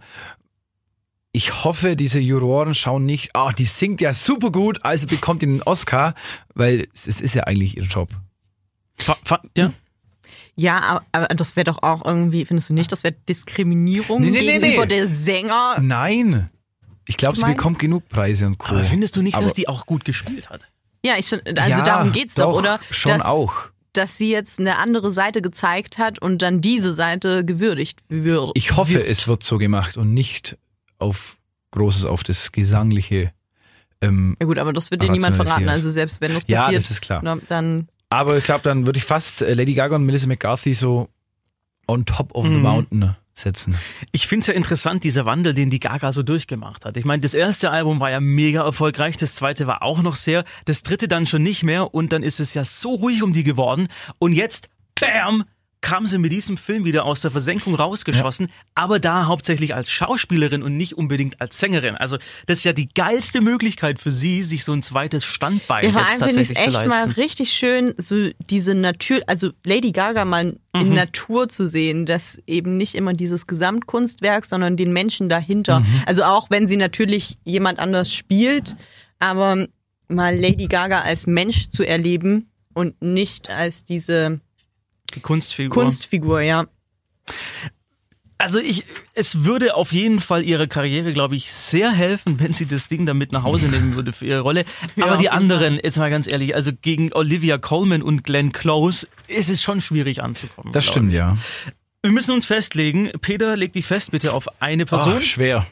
Speaker 3: Ich hoffe, diese Juroren schauen nicht, ah, die singt ja super gut, also bekommt die einen Oscar, weil es es ist ja eigentlich ihr Job.
Speaker 1: Fa fa ja?
Speaker 2: Ja, aber, aber das wäre doch auch irgendwie, findest du nicht, das wäre Diskriminierung
Speaker 3: Nee, nee, nee,
Speaker 2: gegenüber
Speaker 3: nee.
Speaker 2: der Sänger?
Speaker 3: Nein. Ich glaube, sie
Speaker 2: meinst?
Speaker 3: bekommt genug Preise und Co.
Speaker 1: Aber findest du nicht,
Speaker 3: Aber-
Speaker 1: dass die auch gut gespielt hat?
Speaker 2: Ja, ich find, also
Speaker 3: Ja,
Speaker 2: darum geht's doch,
Speaker 3: doch,
Speaker 2: oder?
Speaker 3: schon
Speaker 2: dass,
Speaker 3: auch.
Speaker 2: Dass sie jetzt eine andere Seite gezeigt hat und dann diese Seite gewürdigt wird.
Speaker 3: Ich hoffe, es wird so gemacht und nicht auf Großes, auf das Gesangliche. Ähm,
Speaker 2: Ja gut, aber das wird dir niemand verraten.
Speaker 3: rationalisiert.
Speaker 2: Also selbst wenn das
Speaker 3: Ja,
Speaker 2: passiert,
Speaker 3: das ist klar.
Speaker 2: na, dann
Speaker 3: aber ich glaube, dann würde ich fast äh, Lady Gaga und Melissa McCarthy so on top of the mountain setzen.
Speaker 1: Ich finde es ja interessant, dieser Wandel, den die Gaga so durchgemacht hat. Ich meine, das erste Album war ja mega erfolgreich, das zweite war auch noch sehr, das dritte dann schon nicht mehr und dann ist es ja so ruhig um die geworden und jetzt, bam, kam sie mit diesem Film wieder aus der Versenkung rausgeschossen, aber da hauptsächlich als Schauspielerin und nicht unbedingt als Sängerin. Also das ist ja die geilste Möglichkeit für sie, sich so ein zweites Standbein
Speaker 2: ja, vor
Speaker 1: jetzt
Speaker 2: allem finde ich es
Speaker 1: tatsächlich zu
Speaker 2: echt mal
Speaker 1: leisten.
Speaker 2: richtig schön, so diese Natur, also Lady Gaga mal in
Speaker 1: Mhm.
Speaker 2: Natur zu sehen, dass eben nicht immer dieses Gesamtkunstwerk, sondern den Menschen dahinter.
Speaker 1: Mhm.
Speaker 2: Also auch wenn sie natürlich jemand anders spielt, aber mal Lady Gaga als Mensch zu erleben und nicht als diese
Speaker 1: Die Kunstfigur.
Speaker 2: Kunstfigur, ja.
Speaker 1: Also ich, es würde auf jeden Fall ihrer Karriere, glaube ich, sehr helfen, wenn sie das Ding damit nach Hause nehmen würde für ihre Rolle. Aber
Speaker 2: Ja,
Speaker 1: die
Speaker 2: auf jeden
Speaker 1: anderen, jetzt mal ganz ehrlich, also gegen Olivia Colman und Glenn Close ist es schon schwierig anzukommen.
Speaker 3: Das
Speaker 1: glaub
Speaker 3: stimmt,
Speaker 1: ich.
Speaker 3: ja.
Speaker 1: Wir müssen uns festlegen. Peter, leg dich fest bitte auf eine Person.
Speaker 3: Oh, schwer.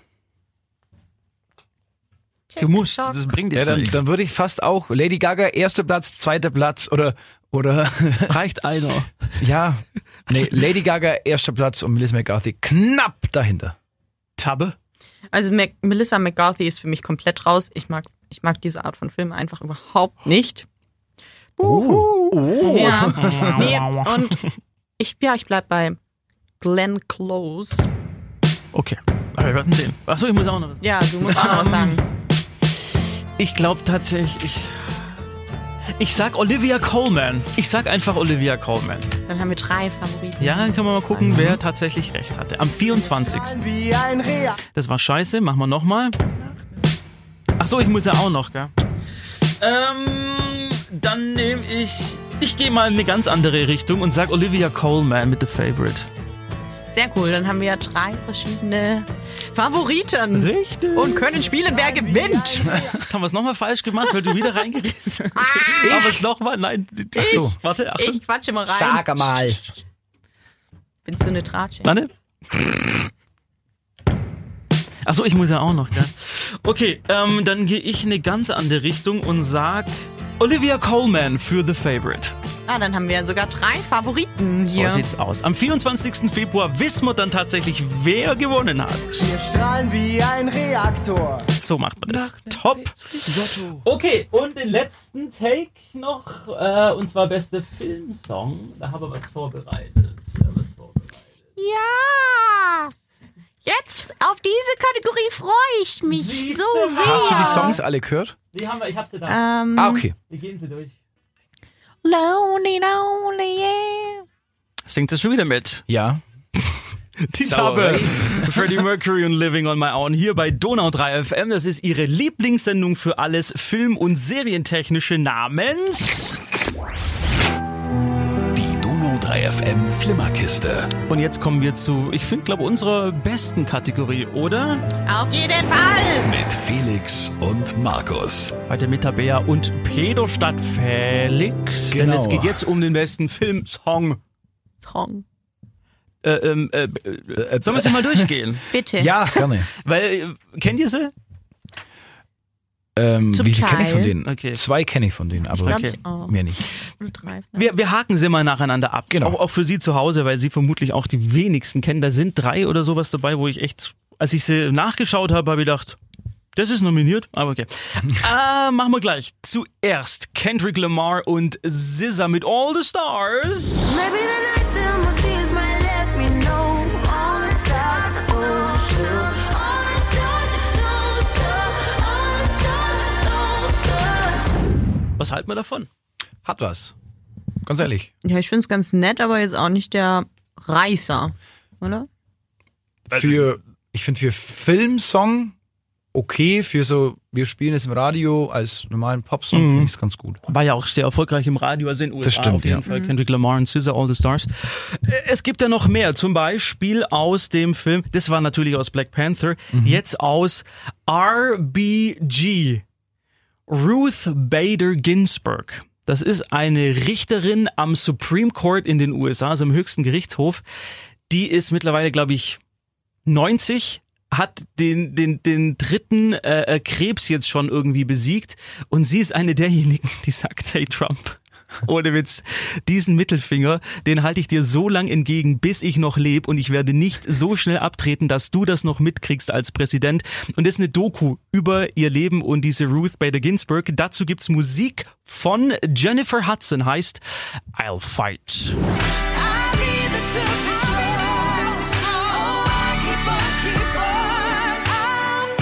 Speaker 1: Du musst, das bringt
Speaker 3: Ja,
Speaker 1: jetzt
Speaker 3: dann,
Speaker 1: nichts.
Speaker 3: dann würde ich fast auch Lady Gaga, erster Platz, zweiter Platz oder, oder,
Speaker 1: Reicht einer.
Speaker 3: ja, nee, Lady Gaga, erster Platz und Melissa McCarthy knapp dahinter.
Speaker 1: Tabbe.
Speaker 2: Also Mac Melissa McCarthy ist für mich komplett raus. Ich mag, ich mag diese Art von Film einfach überhaupt nicht.
Speaker 3: Oh. oh.
Speaker 2: Ja. Nee, und ich, ja, ich bleib bei Glenn Close.
Speaker 1: Okay, aber wir werden sehen. Achso, ich muss auch noch was.
Speaker 2: Ja, du musst auch noch was sagen.
Speaker 1: Ich glaube tatsächlich, ich, ich sag Olivia Colman. Ich sag einfach Olivia Colman.
Speaker 2: Dann haben wir drei Favoriten.
Speaker 1: Ja, dann können wir mal gucken, wer tatsächlich recht hatte. Am vierundzwanzigsten
Speaker 4: Wie ein Reaktor.
Speaker 1: Das war scheiße, machen wir nochmal. Achso, ich muss ja auch noch, gell? Ähm, dann nehme ich, ich gehe mal in eine ganz andere Richtung und sag Olivia Colman mit The Favorite.
Speaker 2: Sehr cool, dann haben wir ja drei verschiedene Favoriten.
Speaker 1: Richtig.
Speaker 2: Und können spielen, wer gewinnt.
Speaker 1: Haben wir es nochmal falsch gemacht, weil du wieder reingerissen hast? Haben wir es nochmal? Nein. Ach so. Warte, Achtung.
Speaker 2: Ich quatsche mal rein.
Speaker 3: Sag mal.
Speaker 2: Bin so eine Tratsche.
Speaker 1: Warte. Achso, ich muss ja auch noch, gell? Okay, ähm, dann gehe ich in eine ganz andere Richtung und sag Olivia Colman für The Favorite.
Speaker 2: Ah, dann haben wir ja sogar drei Favoriten
Speaker 1: So
Speaker 2: hier.
Speaker 1: sieht's aus. Am vierundzwanzigsten Februar wissen wir dann tatsächlich, wer gewonnen hat.
Speaker 4: Wir strahlen wie ein Reaktor.
Speaker 1: So macht man das. Top. Okay, und den letzten Take noch, äh, und zwar beste Filmsong. Da haben wir was vorbereitet. Da haben wir was vorbereitet.
Speaker 2: Ja! Jetzt auf diese Kategorie freue ich mich
Speaker 1: Siehste,
Speaker 2: so sehr.
Speaker 3: Hast du die Songs alle gehört?
Speaker 1: Die haben wir, ich hab sie da.
Speaker 2: Ähm,
Speaker 3: Ah, okay.
Speaker 1: Die gehen sie durch.
Speaker 2: Lonely, lonely, yeah.
Speaker 1: Singt es schon wieder mit?
Speaker 3: Ja.
Speaker 1: Die Tabbe. Freddie Mercury und Living on My Own hier bei Donau drei F M. Das ist ihre Lieblingssendung für alles Film- und Serientechnische namens.
Speaker 5: Die Donau drei F M Flimmerkiste.
Speaker 1: Und jetzt kommen wir zu, ich finde, glaube unserer besten Kategorie, oder?
Speaker 2: Auf jeden Fall.
Speaker 5: Mit Felix und Markus.
Speaker 1: Heute mit Tabea und Peter statt Felix. Denn
Speaker 3: Genau.
Speaker 1: es geht jetzt um den besten Filmsong.
Speaker 2: Song.
Speaker 1: Äh, ähm, äh, äh, sollen wir sie mal durchgehen?
Speaker 2: Bitte.
Speaker 3: Ja, gerne.
Speaker 1: Weil, äh, kennt ihr sie?
Speaker 3: Ähm,
Speaker 2: Zum
Speaker 3: wie viel kenne ich von
Speaker 2: Teil.
Speaker 3: denen?
Speaker 1: Okay.
Speaker 3: Zwei kenne ich von denen, aber
Speaker 2: Glaub
Speaker 1: Okay.
Speaker 2: ich auch.
Speaker 3: mehr nicht.
Speaker 2: Oder drei.
Speaker 1: Wir, wir haken sie mal nacheinander ab.
Speaker 3: Genau.
Speaker 1: Auch, auch für Sie zu Hause, weil Sie vermutlich auch die wenigsten kennen. Da sind drei oder sowas dabei, wo ich echt, als ich sie nachgeschaut habe, habe ich gedacht, das ist nominiert, aber okay. äh, machen wir gleich. Zuerst Kendrick Lamar und S Z A mit All the Stars.
Speaker 7: Maybe the night that my tears might let me know all the stars that don't show, all the stars that don't show, all the stars that don't show.
Speaker 1: Was halten wir davon?
Speaker 3: Hat was. Ganz ehrlich.
Speaker 2: Ja, ich finde es ganz nett, aber jetzt auch nicht der Reißer, oder?
Speaker 3: Für, ich finde für Filmsong okay, für so, wir spielen es im Radio als normalen Popsong,
Speaker 1: Mhm.
Speaker 3: finde ich es ganz gut.
Speaker 1: War ja auch sehr erfolgreich im Radio, also in den U S A
Speaker 3: Das stimmt,
Speaker 1: auf jeden
Speaker 3: ja.
Speaker 1: Fall. Kendrick Lamar und S Z A, All the Stars. Äh, Es gibt ja noch mehr, zum Beispiel aus dem Film, das war natürlich aus Black Panther, jetzt aus R B G, Ruth Bader Ginsburg. Das ist eine Richterin am Supreme Court in den U S A, also im höchsten Gerichtshof. Die ist mittlerweile, glaube ich, neunzig, hat den, den, den dritten äh, Krebs jetzt schon irgendwie besiegt und sie ist eine derjenigen, die sagt, hey Trump, ohne Witz, diesen Mittelfinger, den halte ich dir so lang entgegen, bis ich noch lebe und ich werde nicht so schnell abtreten, dass du das noch mitkriegst als Präsident. Und das ist eine Doku über ihr Leben und diese Ruth Bader Ginsburg. Dazu gibt's Musik von Jennifer Hudson, heißt I'll Fight.
Speaker 7: I be the took the strong, oh I keep on, keep on, I'll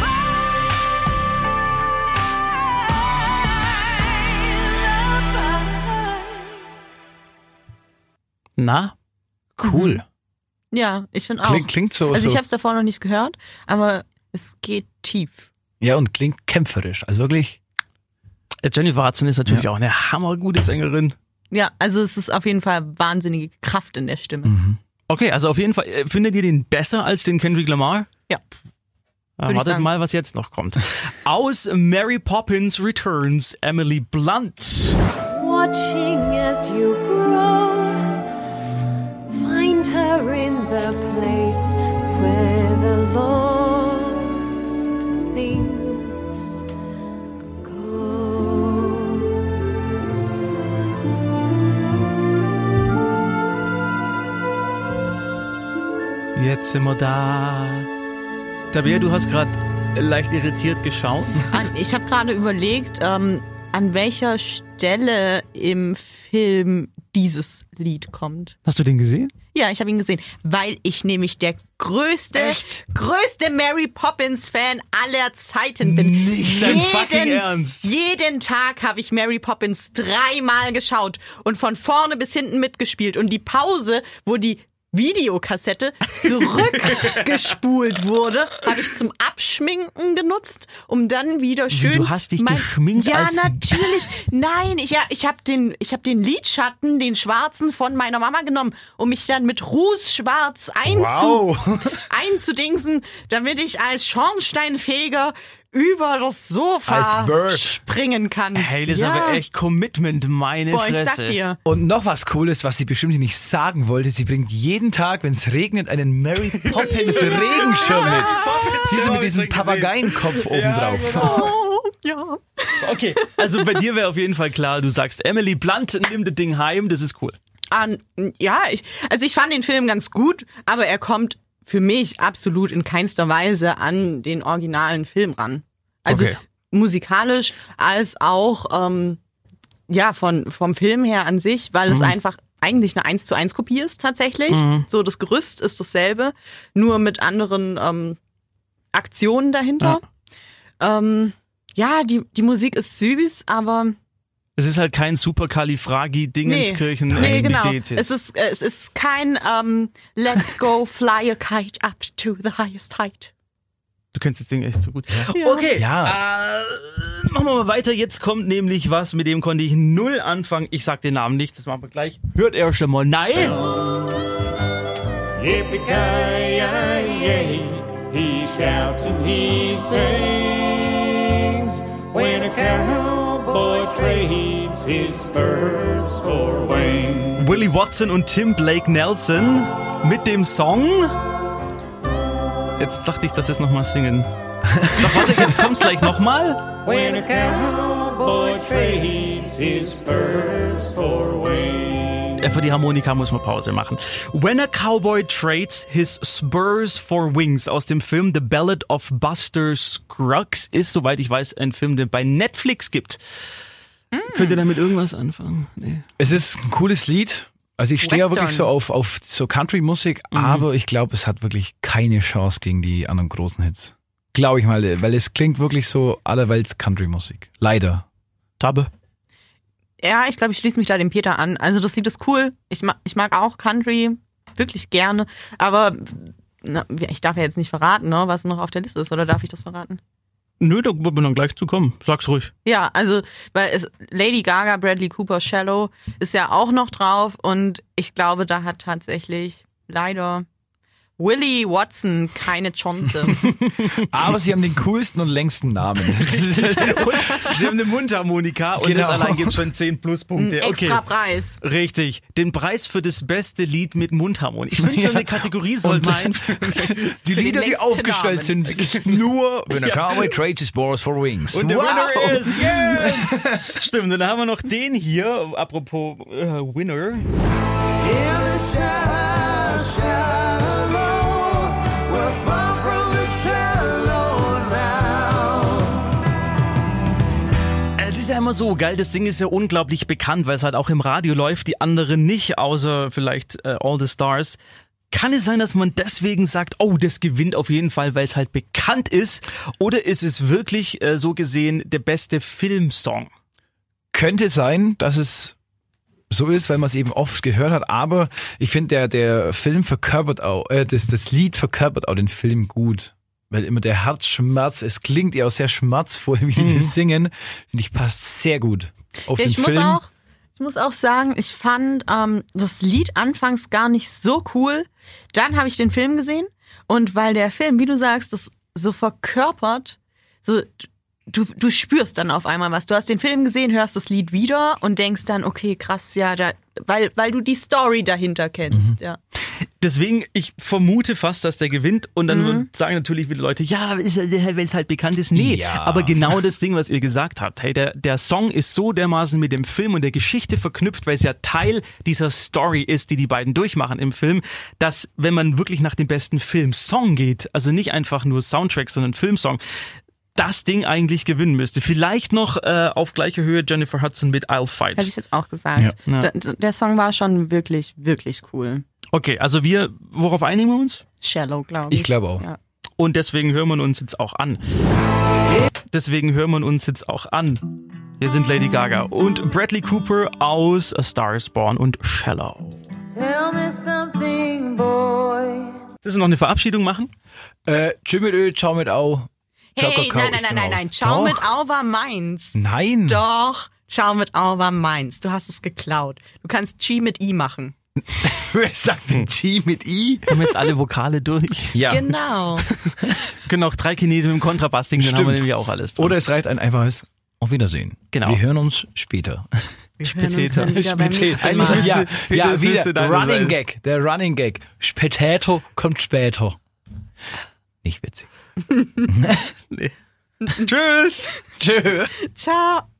Speaker 7: fight, I'll fight.
Speaker 1: Na?
Speaker 3: Cool.
Speaker 2: Ja, ich finde auch.
Speaker 3: Klingt, klingt so.
Speaker 2: also
Speaker 3: so
Speaker 2: ich habe es davor noch nicht gehört, aber es geht tief.
Speaker 3: ja, und klingt kämpferisch. Also wirklich.
Speaker 1: Jennifer Hudson ist natürlich
Speaker 3: Ja.
Speaker 1: auch eine hammergute Sängerin.
Speaker 2: Ja, also es ist auf jeden Fall wahnsinnige Kraft in der Stimme.
Speaker 1: Okay, also auf jeden Fall, äh, findet ihr den besser als den Kendrick Lamar?
Speaker 2: Ja.
Speaker 1: Ja,
Speaker 2: Würde ich
Speaker 1: wartet
Speaker 2: sagen.
Speaker 1: mal, was jetzt noch kommt. Aus Mary Poppins Returns, Emily Blunt.
Speaker 7: Watching as you grow, find her in the place where the lost things go.
Speaker 1: Jetzt sind wir da. Tabea, du hast gerade leicht irritiert geschaut.
Speaker 2: An, ich habe gerade überlegt, ähm, an welcher Stelle im Film dieses Lied kommt.
Speaker 1: Hast du den gesehen?
Speaker 2: Ja, ich habe ihn gesehen, weil ich nämlich der größte,
Speaker 1: Echt?
Speaker 2: größte Mary Poppins Fan aller Zeiten bin.
Speaker 1: Nicht dein fucking Ernst.
Speaker 2: Jeden Tag habe ich Mary Poppins dreimal geschaut und von vorne bis hinten mitgespielt. Und die Pause, wo die Videokassette zurückgespult wurde, habe ich zum Abschminken genutzt, um dann wieder schön...
Speaker 1: du hast dich geschminkt
Speaker 2: Ja,
Speaker 1: als-
Speaker 2: natürlich. Nein, ich, ja, ich habe den, ich hab den Lidschatten, den schwarzen, von meiner Mama genommen, um mich dann mit Rußschwarz einzu,
Speaker 3: Wow.
Speaker 2: einzudingsen, damit ich als Schornsteinfeger über das Sofa
Speaker 3: Als Bird.
Speaker 2: springen kann.
Speaker 1: Hey, das
Speaker 2: ja.
Speaker 1: ist aber echt Commitment, meine
Speaker 2: Boah, ich
Speaker 1: Fresse.
Speaker 2: sag dir.
Speaker 3: Und noch was Cooles, was sie bestimmt nicht sagen wollte. Sie bringt jeden Tag, wenn es regnet, einen Mary Poppins Regenschirm mit. Sie ist mit diesem Papageienkopf oben drauf.
Speaker 2: Oh, ja.
Speaker 1: Okay, also bei dir wäre auf jeden Fall klar, du sagst, Emily Blunt, nimm das Ding heim, das ist cool.
Speaker 2: An, ja, ich, also ich fand den Film ganz gut, aber er kommt für mich absolut in keinster Weise an den originalen Film ran. Also
Speaker 1: Okay.
Speaker 2: musikalisch als auch ähm, ja von vom Film her an sich, weil es einfach eigentlich eine eins zu eins Kopie ist tatsächlich. So, das Gerüst ist dasselbe, nur mit anderen ähm, Aktionen dahinter. Ja, ähm, ja die, die Musik ist süß, aber
Speaker 1: Es ist halt kein Superkalifragi-Dingenskirchen
Speaker 2: nee, genau.
Speaker 1: Expedited.
Speaker 2: Es ist, äh, es ist kein ähm, Let's go fly a kite up to the highest height.
Speaker 1: Du kennst das Ding echt so gut.
Speaker 2: Ja.
Speaker 1: Okay,
Speaker 3: Ja.
Speaker 1: Äh, machen wir mal weiter. Jetzt kommt nämlich was, mit dem konnte ich null anfangen. Ich sag den Namen nicht, das machen wir gleich. Hört erst einmal. Nein!
Speaker 8: Yippee-ki-yay, he shouts and he sings when a cowboy trades his spurs for wings.
Speaker 1: Willie Watson und Tim Blake Nelson mit dem Song. Jetzt dachte ich, dass das nochmal singen. Doch warte, jetzt kommt's gleich nochmal.
Speaker 8: When a cowboy trades his spurs for wings.
Speaker 1: Äh, Für die Harmonika muss man Pause machen. When a Cowboy Trades His Spurs for Wings aus dem Film The Ballad of Buster Scruggs ist, soweit ich weiß, ein Film, der bei Netflix gibt. Könnt ihr damit irgendwas anfangen? Nee.
Speaker 3: Es ist ein cooles Lied. Also ich stehe ja
Speaker 2: Western.
Speaker 3: wirklich so auf, auf so Country-Musik, aber ich glaube, es hat wirklich keine Chance gegen die anderen großen Hits. Glaube ich mal, weil es klingt wirklich so allerwelts Country-Musik. Leider.
Speaker 1: Tabe.
Speaker 2: Ja, ich glaube, ich schließe mich da dem Peter an. Also das Lied ist cool. Ich mag, ich mag auch Country wirklich gerne. Aber na, ich darf ja jetzt nicht verraten, ne, was noch auf der Liste ist. Oder darf ich das verraten?
Speaker 1: Nö, da wird man dann gleich zu kommen. Sag's ruhig.
Speaker 2: Ja, also weil es, Lady Gaga, Bradley Cooper, Shallow ist ja auch noch drauf. Und ich glaube, da hat tatsächlich leider Willie Watson keine Chance.
Speaker 3: Aber sie haben den coolsten und längsten Namen.
Speaker 1: Und sie haben eine Mundharmonika und
Speaker 3: Genau.
Speaker 1: das allein gibt schon zehn Pluspunkte.
Speaker 2: Extra
Speaker 1: Okay.
Speaker 2: Preis.
Speaker 1: Richtig. Den Preis für das beste Lied mit Mundharmonika. Ich finde, so eine Kategorie sollte man einführen.
Speaker 3: Die
Speaker 2: den
Speaker 3: Lieder, die
Speaker 2: längsten
Speaker 3: aufgestellt
Speaker 2: Namen.
Speaker 3: sind, ist nur When a Cowboy trades his spurs for wings.
Speaker 1: Und der
Speaker 3: Wow.
Speaker 1: Winner ist, yes! Stimmt, und dann haben wir noch den hier, apropos äh, Winner.
Speaker 4: In the shallow, shallow, we're far from the shallow now.
Speaker 1: Es ist ja immer so, geil, das Ding ist ja unglaublich bekannt, weil es halt auch im Radio läuft, die anderen nicht, außer vielleicht äh, All the Stars. Kann es sein, dass man deswegen sagt, oh, das gewinnt auf jeden Fall, weil es halt bekannt ist? Oder ist es wirklich äh, so gesehen der beste Filmsong?
Speaker 3: Könnte sein, dass es so ist, weil man es eben oft gehört hat, aber ich finde, der, der Film verkörpert auch, äh, das, das Lied verkörpert auch den Film gut. Weil immer der Herzschmerz, es klingt ja auch sehr schmerzvoll, wie die das singen, finde ich, passt sehr gut auf
Speaker 2: Ich
Speaker 3: den
Speaker 2: muss
Speaker 3: Film.
Speaker 2: auch, ich muss auch sagen, ich fand ähm, das Lied anfangs gar nicht so cool. Dann habe ich den Film gesehen und weil der Film, wie du sagst, das so verkörpert, so du, du spürst dann auf einmal was. Du hast den Film gesehen, hörst das Lied wieder und denkst dann, okay, krass, ja, da, weil, weil du die Story dahinter kennst, mhm. ja.
Speaker 1: Deswegen, ich vermute fast, dass der gewinnt und dann
Speaker 2: Mhm.
Speaker 1: sagen natürlich wieder Leute, ja, ist er, wenn es halt bekannt ist. Nee,
Speaker 3: Ja.
Speaker 1: aber genau das Ding, was ihr gesagt habt. Hey, der, der Song ist so dermaßen mit dem Film und der Geschichte verknüpft, weil es ja Teil dieser Story ist, die die beiden durchmachen im Film, dass wenn man wirklich nach dem besten Filmsong geht, also nicht einfach nur Soundtrack, sondern Filmsong, das Ding eigentlich gewinnen müsste. Vielleicht noch äh, auf gleicher Höhe Jennifer Hudson mit I'll Fight.
Speaker 2: Hätte ich jetzt auch gesagt.
Speaker 3: Ja.
Speaker 1: Ja.
Speaker 2: Der, der Song war schon wirklich, wirklich cool.
Speaker 1: Okay, also wir, worauf einigen wir uns?
Speaker 2: Shallow, glaube ich.
Speaker 3: Ich glaube auch.
Speaker 2: Ja.
Speaker 1: Und deswegen hören wir uns jetzt auch an. Deswegen hören wir uns jetzt auch an. Hier sind Lady Gaga und Bradley Cooper aus A Star is Born und Shallow.
Speaker 7: Tell me something, boy.
Speaker 1: Willst du noch eine Verabschiedung machen?
Speaker 3: Äh, Tschüss mit Ö, ciao mit Au. Ciao,
Speaker 2: Hey,
Speaker 3: Kakao,
Speaker 2: nein,
Speaker 3: ich
Speaker 2: nein, nein,
Speaker 3: bin
Speaker 2: nein,
Speaker 3: raus.
Speaker 2: nein. Ciao
Speaker 3: Doch.
Speaker 2: mit Au war meins.
Speaker 3: Nein.
Speaker 2: Doch, Ciao mit Au war meins. Du hast es geklaut. Du kannst Chi mit I machen.
Speaker 3: Wer sagt denn G mit I?
Speaker 1: Haben wir jetzt alle Vokale durch?
Speaker 3: Ja.
Speaker 2: Genau.
Speaker 1: Wir können auch drei Chinesen mit dem Kontrabass singen, dann
Speaker 3: Stimmt.
Speaker 1: haben wir nämlich auch alles drin.
Speaker 3: Oder es reicht ein einfaches Auf Wiedersehen.
Speaker 1: Genau.
Speaker 3: Wir hören uns später.
Speaker 2: Wir hören uns
Speaker 1: Später.
Speaker 2: dann wieder beim nächsten
Speaker 1: Eigentlich
Speaker 2: Mal.
Speaker 1: müsste-
Speaker 3: ja, ja
Speaker 1: das müsste
Speaker 3: wieder
Speaker 1: deine
Speaker 3: Running
Speaker 1: sein.
Speaker 3: Gag. Der Running Gag. Später kommt später. Nicht witzig.
Speaker 1: Tschüss!
Speaker 3: Tschö.
Speaker 2: Ciao.